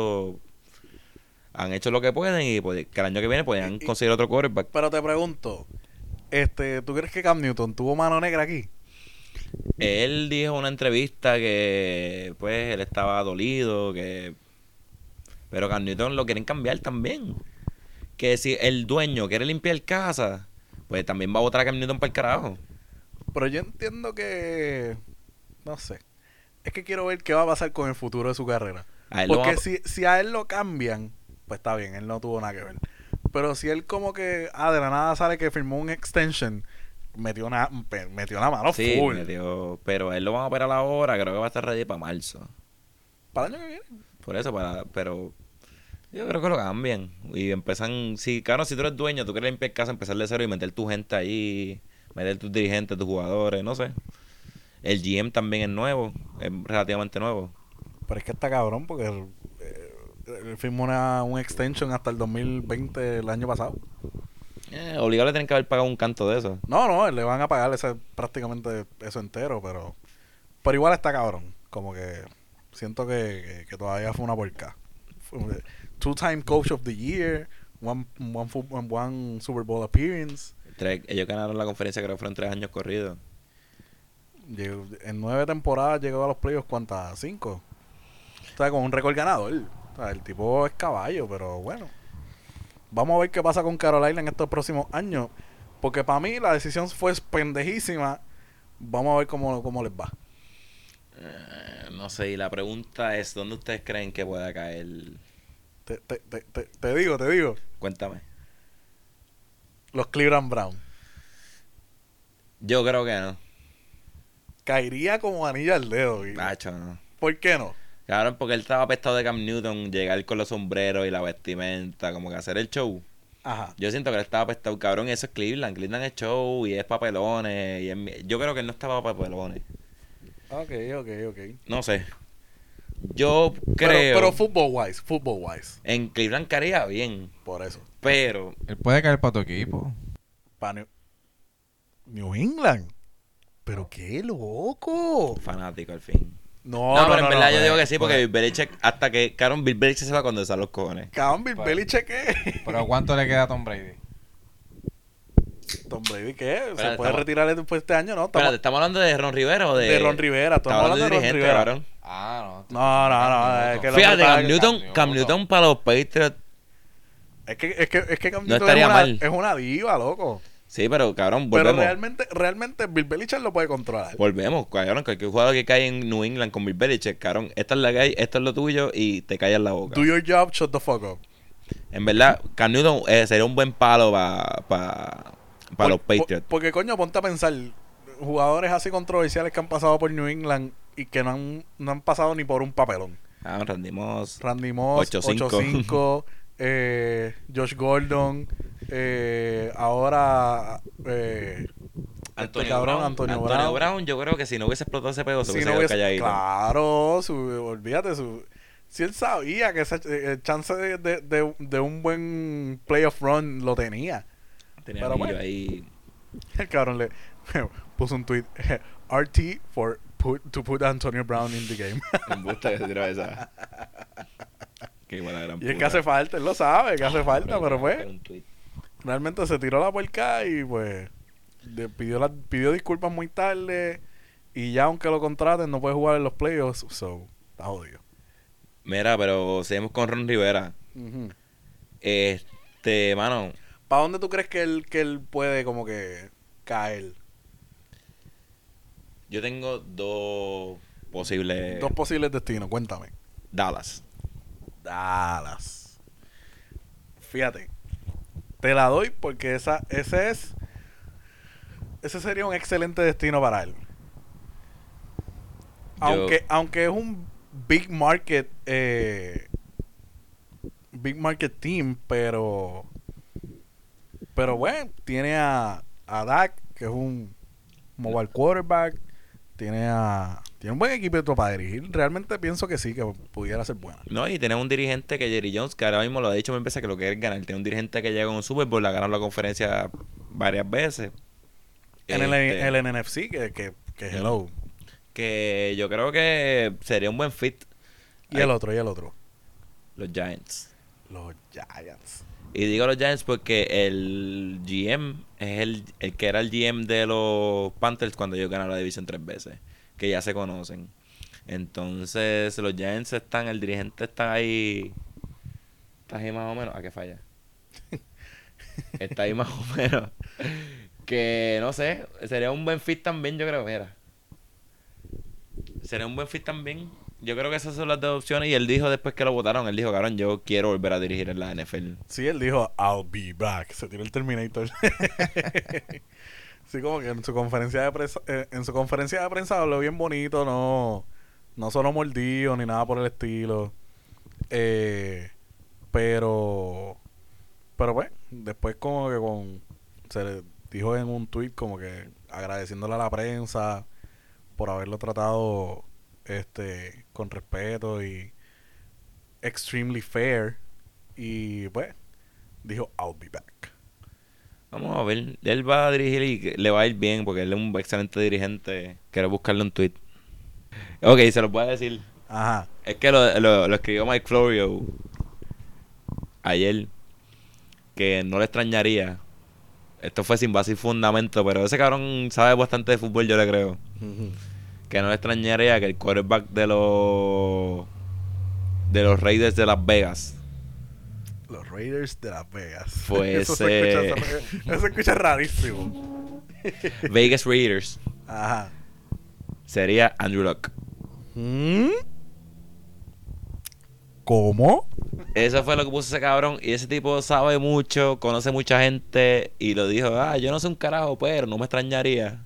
han hecho lo que pueden y pues, que el año que viene podían conseguir otro quarterback. Pero te pregunto, ¿tú crees que Cam Newton tuvo mano negra aquí? Él dijo en una entrevista que pues él estaba dolido, pero Cam Newton lo quieren cambiar también. Que si el dueño quiere limpiar casa, pues también va a votar a Cam Newton para el carajo. Pero yo entiendo que... No sé. Es que quiero ver qué va a pasar con el futuro de su carrera. A él lo Porque van a- si a él lo cambian, pues está bien, él no tuvo nada que ver. Pero si él como que, de la nada sale que firmó un extension, metió la mano Sí, full. pero a él lo van a operar ahora, creo que va a estar ready para marzo. Para el año que viene. Por eso, pero yo creo que lo cambian. Y empiezan, sí, claro, si tú eres dueño, tú quieres limpiar casa, empezar de cero y meter tu gente ahí, meter tus dirigentes, tus jugadores, no sé. El GM también es nuevo, es relativamente nuevo. Pero es que está cabrón porque él firmó un extension hasta el 2020 el año pasado. Obligado le tienen que haber pagado un canto de eso. No, le van a pagar prácticamente eso entero, pero igual está cabrón. Como que siento que todavía fue una porca. Two-time coach of the year, one Super Bowl appearance. Ellos ganaron la conferencia, creo que fueron 3 años corridos. En 9 temporadas llegó a los playoffs, ¿cuántas? 5. O sea, con un récord ganador. O sea, el tipo es caballo, pero bueno. Vamos a ver qué pasa con Carolina en estos próximos años. Porque para mí la decisión fue pendejísima. Vamos a ver cómo les va. No sé, y la pregunta es, ¿dónde ustedes creen que pueda caer? Te digo. Cuéntame. Los Cleveland Browns. Yo creo que no. Caería como anilla al dedo. Nacho, no. ¿Por qué no? Claro, porque él estaba apestado de Cam Newton, llegar con los sombreros y la vestimenta, como que hacer el show. Ajá. Yo siento que él estaba apestado, cabrón, y eso es Cleveland. Cleveland es show y es papelones. Yo creo que él no estaba papelones. Ok. No sé. Yo creo. Pero football wise. En Cleveland caería bien. Por eso. Pero. Él puede caer para tu equipo. Para New England. Pero qué loco. Fanático al fin. No, Pero en verdad yo digo que sí, porque pues. Bill Belichick, hasta que. Cabrón, Bill Belichick se va cuando están los cojones. Cabrón, Bill Pues. Belichick, ¿qué? Pero ¿cuánto le queda a Tom Brady? Tom Brady, ¿qué? ¿Se Espérate, puede retirar después de este año? No, Espérate, ¿estamos hablando de Ron Rivera o de...? de Ron Rivera. Estamos hablando de Ron dirigente, Rivera. cabrón. Ah, No, es que Fíjate, Cam Cam Newton para los Patriots. Es que Cam No Newton estaría mal. es una diva, loco. Sí, pero cabrón, Pero volvemos. realmente Bill Belichick lo puede controlar. Volvemos, cabrón, cualquier jugador que cae en New England con Bill Belichick, cabrón, esta es la que hay, esto es lo tuyo y te callas la boca. Do your job, shut the fuck up. En verdad, Cam Newton sería un buen palo para los Patriots. Porque coño, ponte a pensar, jugadores así controversiales que han pasado por New England y que no han pasado ni por un papelón. Randy Moss. Randy Moss, 8-5. 8-5, Josh Gordon, ahora Antonio Brown, yo creo que si no hubiese explotado ese pedo, se Si hubiese no quedado hubiese, calladito. claro, olvídate, si él sabía que el chance de un buen playoff run lo tenía. Tenía Pero anillo bueno. ahí. El cabrón le puso un tweet, RT to put Antonio Brown in the game. Me gusta que se tiró esa. Qué igual la gran Y es que hace falta, él lo sabe, que hace falta, pero pues un tweet. realmente se tiró la puerca y pues pidió disculpas muy tarde y ya aunque lo contraten no puede jugar en los playoffs, so está jodido. Mira, pero seguimos con Ron Rivera. Ujú. Mano, ¿Para dónde tú crees que él puede como que caer? yo tengo dos posibles. Dos posibles destinos, cuéntame. Dallas. Dallas. Fíjate, te la doy porque ese sería un excelente destino para él. Aunque es un big market team, pero Pero bueno, tiene a Dak, que es un mobile quarterback. Tiene un buen equipo para dirigir. Realmente pienso que sí, que pudiera ser buena. No, y tenemos un dirigente que Jerry Jones, que ahora mismo lo ha dicho mil veces que lo quiere ganar. Tiene un dirigente que llega a un Super Bowl, ha ganado la conferencia varias veces. En el NFC, que hello. Que yo creo que sería un buen fit. Y el otro. Los Giants. Los Giants. Y digo los Giants porque el GM es el que era el GM de los Panthers cuando ellos ganaron la división 3 veces. Que ya se conocen. Entonces, los Giants están, el dirigente está ahí. Está ahí más o menos. ¿A qué falla? Está ahí más o menos. Que no sé, sería un buen fit también, yo creo. Mira, sería un buen fit también. Yo creo que esas son las dos opciones. Y él dijo después que lo votaron, él dijo, cabrón, yo quiero volver a dirigir en la NFL. Sí, él dijo, I'll be back. Se tiró el Terminator. Sí, como que en su conferencia de prensa habló bien bonito, no sonó mordido ni nada por el estilo. Pero pues, después como que se le dijo en un tweet como que agradeciéndole a la prensa por haberlo tratado con respeto y extremely fair, y pues dijo I'll be back. Vamos a ver, él va a dirigir y le va a ir bien porque él es un excelente dirigente. Quiero buscarle un tweet. Ok, se lo voy a decir. Ajá. Es que lo escribió Mike Florio ayer, que no le extrañaría. Esto fue sin base y fundamento, pero ese cabrón sabe bastante de fútbol, yo le creo. Que no le extrañaría que el quarterback de los Raiders de Las Vegas Los Raiders de Las Vegas. Pues, Eso se escucha rarísimo. Vegas Raiders Ajá. sería Andrew Luck. ¿Cómo? Eso fue lo que puso ese cabrón. Y ese tipo sabe mucho, conoce mucha gente. Y lo dijo, yo no sé un carajo, pero no me extrañaría.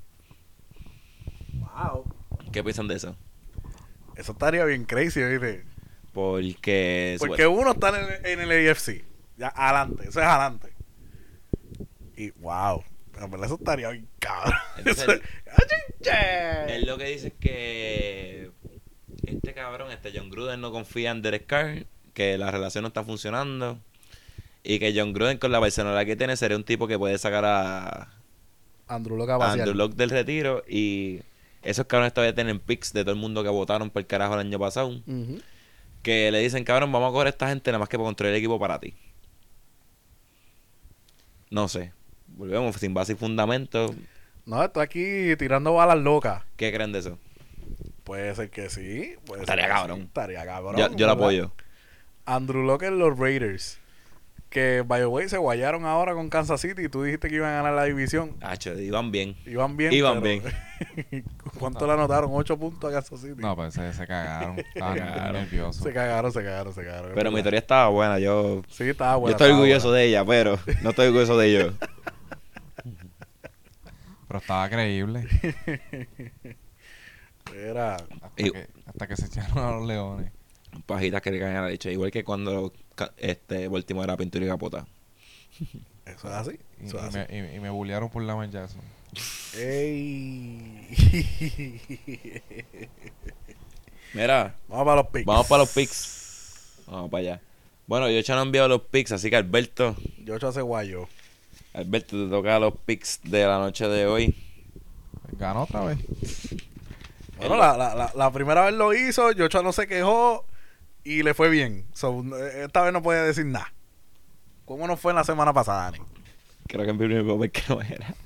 Wow. ¿Qué piensan de eso? Eso estaría bien crazy, ¿viste? Porque uno está en el AFC. Ya, adelante. Eso es adelante. Y wow. En verdad eso estaría bien cabrón. Entonces, él lo que dice es que este cabrón, John Gruden, no confía en Derek Carr, que la relación no está funcionando, y que John Gruden, con la personalidad que tiene, sería un tipo que puede sacar a Andrew Luck Andrew Luck del retiro. Y esos cabrones todavía tienen picks de todo el mundo que votaron por el carajo el año pasado. Que le dicen, cabrón, vamos a coger a esta gente nada más que para construir el equipo para ti. No sé. Volvemos sin base y fundamento. No, estoy aquí tirando balas locas. ¿Qué creen de eso? Puede ser que sí. Estaría cabrón. Sí, estaría cabrón. Yo lo apoyo. Andrew Luck en los Raiders. Que, by the way, se guayaron ahora con Kansas City. Y tú dijiste que iban a ganar la división. Iban bien. Iban bien. ¿Cuánto le anotaron? 8 puntos a Kansas City. No, pues se cagaron. Estaban nerviosos. Se cagaron. Pero mi teoría estaba buena. Sí, estaba buena. Yo estoy orgulloso de ella, pero no estoy orgulloso de ellos. Pero estaba creíble. Era... Hasta que se echaron a los Leones. Pajitas que le caen a la leche. Igual que cuando Baltimore era pintura y capota. Eso es así. Y me bullearon por Lamar Jackson. ¡Ey! Mira. Vamos para los picks. Vamos para allá. Bueno, yo ya no he enviado los picks, así que Alberto, hace guayo. te toca los picks de la noche de hoy. Ganó otra vez. Bueno, la primera vez lo hizo, Yocho no se quejó y le fue bien. Esta vez no puede decir nada. ¿Cómo no fue en la semana pasada, Dani? Creo que en primer papel que no era.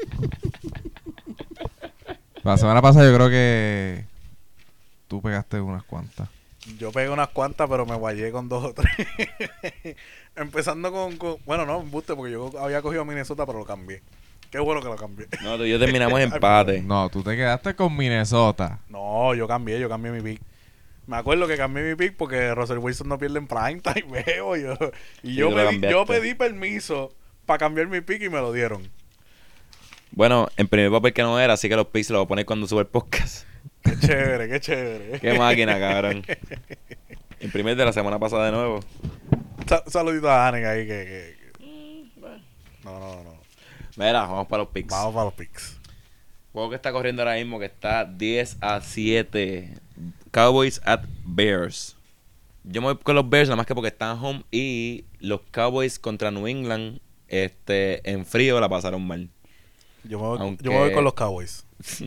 La semana pasada yo creo que tú pegaste unas cuantas. Yo pegué unas cuantas, pero me guayé con 2 o 3. Empezando con... Bueno, no, embuste, porque yo había cogido a Minnesota, pero lo cambié. Qué bueno que lo cambié. No, tú y yo terminamos empate. No, tú te quedaste con Minnesota. No, yo cambié mi pick. Me acuerdo que cambié mi pick porque Russell Wilson no pierde en prime time, veo yo. Y yo pedí permiso para cambiar mi pick y me lo dieron. Bueno, en primer papel que no era, así que los picks los voy a poner cuando sube el podcast. Qué chévere. Qué máquina, cabrón. En primer de la semana pasada de nuevo. Saludito a Anen ahí que... No. Mira, vamos para los picks. Vamos para los picks. Juego que está corriendo ahora mismo, que está 10-7. Cowboys at Bears. Yo me voy con los Bears, nada más que porque están home. Y los Cowboys contra New England, en frío la pasaron mal. Yo me Aunque- voy con los Cowboys.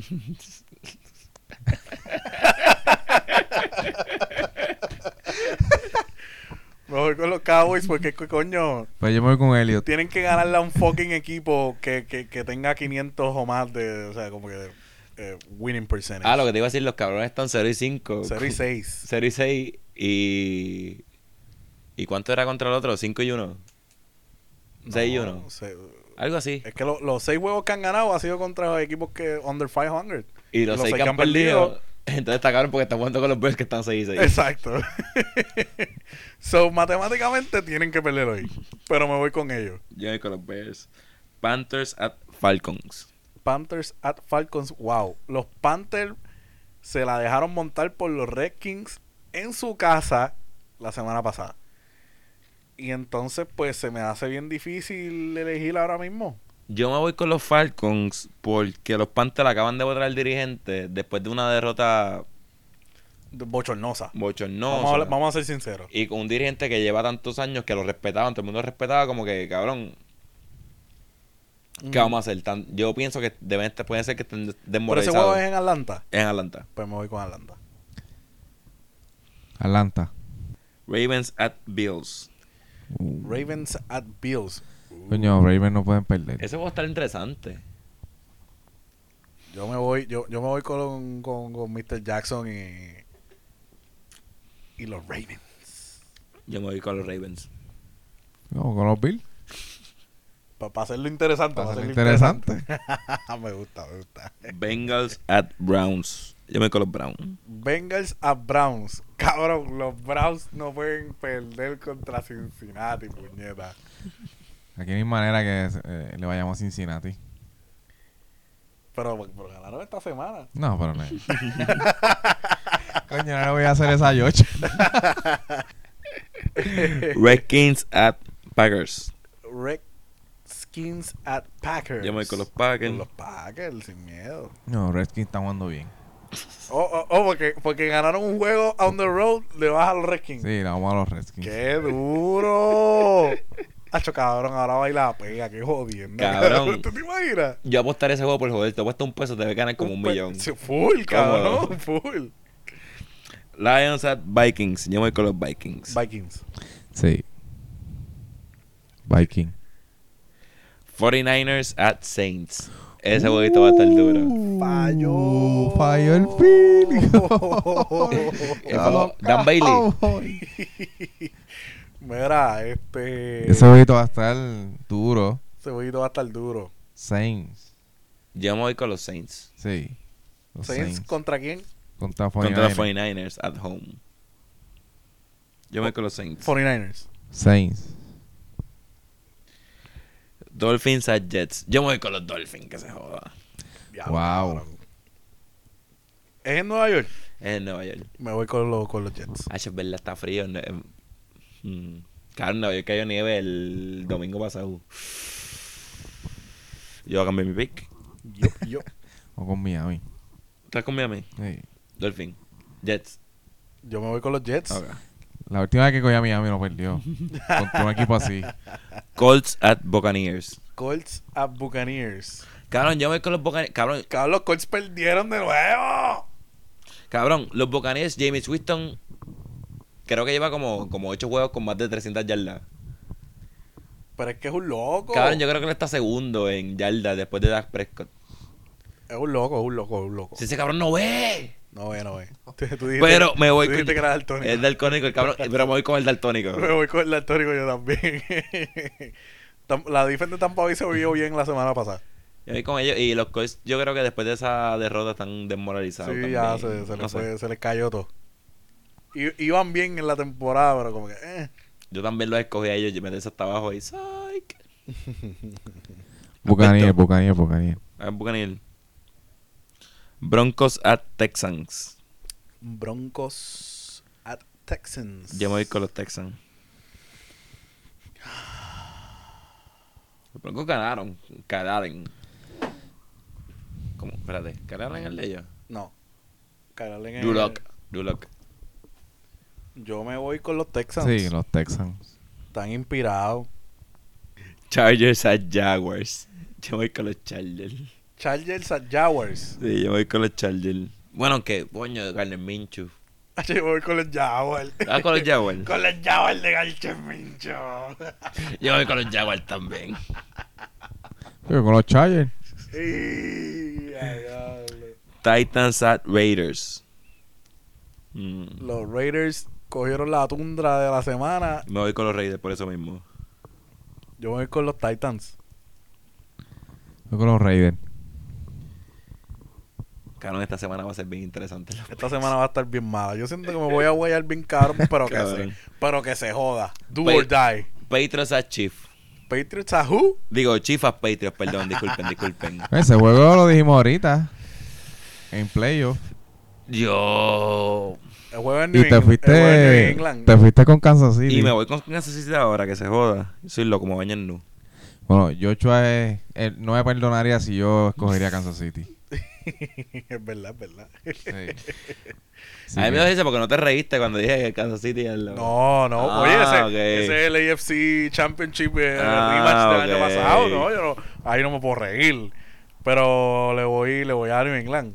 Me voy con los Cowboys porque, coño, Pues yo me voy con Elliot. tienen que ganarle a un fucking equipo que tenga 500 o más o sea, como que winning percentage. Lo que te iba a decir, los cabrones están 0-5. 0 y 6. 0-6 y... ¿Y cuánto era contra el otro? 5-1. 6-1. Algo así. Es que los 6 juegos que han ganado ha sido contra equipos que under 500. Y los 6 que han perdido. Entonces está cabrón porque están jugando con los Bears que están 6-6. Exacto. So, matemáticamente tienen que perder hoy. Pero me voy con ellos. Yo voy con los Bears. Panthers at Falcons. Panthers at Falcons. Wow. Los Panthers se la dejaron montar por los Redskins en su casa la semana pasada. Y entonces, pues, se me hace bien difícil elegir ahora mismo. Yo me voy con los Falcons porque los Panthers acaban de votar al dirigente después de una derrota Bochornosa. bochornosa. Vamos a ser sinceros. Y con un dirigente que lleva tantos años que lo respetaban, todo el mundo lo respetaba, como que, cabrón, ¿qué vamos a hacer? Yo pienso que puede ser que estén ¿Pero ese desmoralizados. juego es en Atlanta? En Atlanta. Pues me voy con Atlanta. Atlanta. Ravens at Bills. Ravens at Bills. Coño, Ravens no pueden perder. Ese juego está interesante. Yo me voy con Mr. Jackson y los Ravens. Yo me voy con los Ravens. Vamos con los Bills. Para hacerlo interesante. Para pa' hacerlo hacerlo interesante. me gusta. Bengals at Browns. Yo me voy con los Browns. Bengals a Browns. Cabrón, los Browns no pueden perder contra Cincinnati, puñeta. Aquí no hay manera que le vayamos a Cincinnati. Pero ganaron esta semana. No, pero no. Coño, no le voy a hacer esa yocha. Redskins at Packers. Redskins at Packers. Yo me voy con los Packers. Con los Packers, sin miedo. No, Redskins está jugando bien. Porque ganaron un juego on the road, le vas a los Redskins. Sí, le vamos a los Redskins. ¡Qué duro! Hacho, cabrón, ahora baila la pega, qué jodiendo. Cabrón. ¿Tú te imaginas? Yo apostaré ese juego por joder. Te apuesto un peso, te debe ganar como un millón. Sí, full, cabrón, full. Lions at Vikings. Yo me voy con los Vikings. Vikings. Sí. Viking. 49ers at Saints. Ese jueguito va a estar duro. Falló el feeling. Dan Bailey. Mira, Ese jueguito va a estar duro. ese jueguito va a estar duro. Saints. Yo me voy con los Saints. Sí. Los Saints, ¿contra quién? Contra Contra los 49ers. 49ers at home. Yo me voy con los Saints. 49ers. Saints. Dolphins at Jets. Yo me voy con los Dolphins, que se joda. Diablo, Wow. cabrón. ¿Es en Nueva York? Es en Nueva York. Me voy con los Jets. Es verdad, está frío. Claro, en Nueva York cayó nieve el domingo pasado. Yo voy a cambiar mi pick. Yo. O con Miami. ¿Estás con Miami? Sí. Dolphin. Jets. Yo me voy con los Jets. Ok. La última vez que cogí a Miami lo perdió. Contra un equipo así. Colts at Buccaneers. Colts at Buccaneers. Cabrón, yo me voy con los Buccaneers. Cabrón, Cabrón, los Colts perdieron de nuevo. cabrón, los Buccaneers, James Winston, creo que lleva como 8 juegos con más de 300 yardas. Pero es que es un loco. Cabrón, yo creo que él está segundo en yardas después de Dak Prescott. Es un loco. Si ese cabrón no ve. No ve. Tú dijiste, Pero me voy tú dijiste que era daltónico. el daltónico, el cabrón. Pero me voy con el daltónico. Me voy con el daltónico yo también. La defensa de Tampa Bay se vio bien la semana pasada. Yo voy con ellos. Y los Colts, yo creo que después de esa derrota están desmoralizados. Sí, también. ya No sé. se les cayó todo. Iban bien en la temporada, pero como que... Yo también los escogí a ellos y meterse hasta abajo y psych. Buccaneers. A ver, Buccaneers. Broncos at Texans. Broncos at Texans. Yo me voy con los Texans. Los Broncos ganaron. Cagaron. ¿Cómo? Espérate. ¿Cagaron el de ellos? No. Kyle Allen es- Duloc. Yo me voy con los Texans. Sí, los Texans. Están inspirados. Chargers at Jaguars. Yo voy con los Chargers. Chargers at Jaguars. Sí, yo voy con los Chargers. Bueno, aunque, coño, Gardner Minshew. Yo voy con los Jaguars. Ah, con los Jaguars. Con los Jaguars de Garchemincho. Yo voy con los Jaguars también. Pero con los Chargers. Titans at Raiders. Los Raiders cogieron la tundra de la semana. Me voy con los Raiders por eso mismo. Yo voy con los Titans. Yo con los Raiders. Cabrón, esta semana va a ser bien interesante. Esta semana va a estar bien mala. Yo siento que me voy a guayar bien cabrón, pero que se joda. Do or die. Patriots at Chiefs. Patriots a who? Digo, Chiefs at Patriots, perdón, disculpen. Ese juego lo dijimos ahorita. En playoff. Yo... El juego en Y New te England. El juego en New fuiste, England. te fuiste con Kansas City. Y me voy con Kansas City ahora, que se joda. Yo soy loco, me bañan nu. Bueno, Joshua no me perdonaría si yo escogería Kansas City. Es verdad. Sí. Sí, A mí me da risa porque no te reíste cuando dije que Kansas City es lo... No. Ah, Oye, ese ok. es el AFC Championship Ah, rematch del año ok. pasado. No, yo no, ahí no me puedo reír. Pero le voy a New England.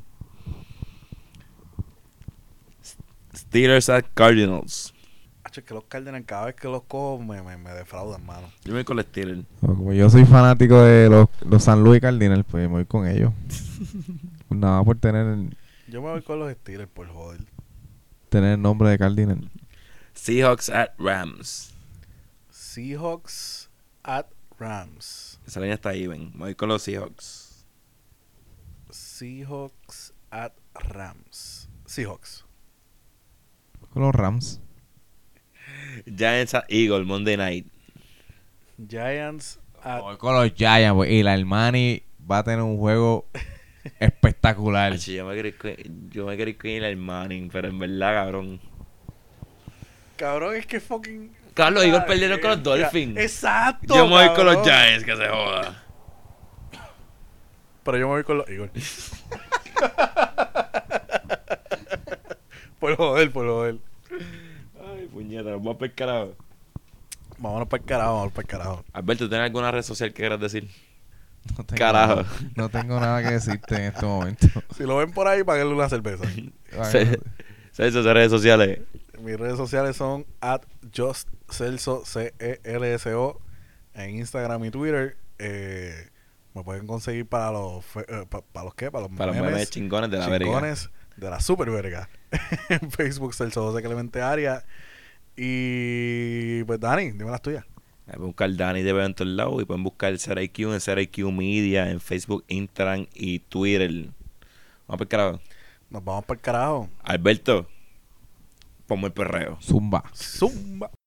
Steelers at Cardinals. Hacho, es que los Cardinals cada vez que los cojo me defraudan, mano. Yo me voy con los Steelers. Como yo soy fanático de los San Luis Cardinals, pues me voy con ellos. Nada por tener Yo me voy con los Steelers por joder. el nombre de Cardinal. Seahawks at Rams. Seahawks at Rams. Esa línea está even. Me voy con los Seahawks. Seahawks at Rams. Seahawks. Con los Rams. Giants at Eagles, Monday night. Giants at... Voy con los Giants, pues, y la Armani va a tener un juego espectacular. Acho, yo me quería con el Manning, pero en verdad, cabrón. Cabrón, es que fucking... Carlos, Eagles perdieron con los Dolphins. Exacto. Yo me voy con los cabrón. Giants, que se joda. Pero yo me voy con los Eagles. por joder. Ay, puñeta, vamos a pescar ahora. Vámonos para el carajo. Alberto, ¿tienes alguna red social que quieras decir? No tengo Carajo. nada- no tengo nada que decirte en este momento. Si lo ven por ahí, páguenle una cerveza. ¿Sabes esas redes sociales? Mis redes sociales son @justcelso, CELSO, en Instagram y Twitter. Me pueden conseguir para los para los qué, para los Para los memes chingones de la verga. chingones de la super verga. En Facebook, Celso José Clemente Arias. Y pues Dani, dime las tuyas. Pueden buscar Dani de en todos lados y pueden buscar SRIQ en SRIQ Media, en Facebook, Instagram y Twitter. Vamos a pescar ahora. Nos vamos para el carajo. Alberto, ponme el perreo. Zumba. Zumba.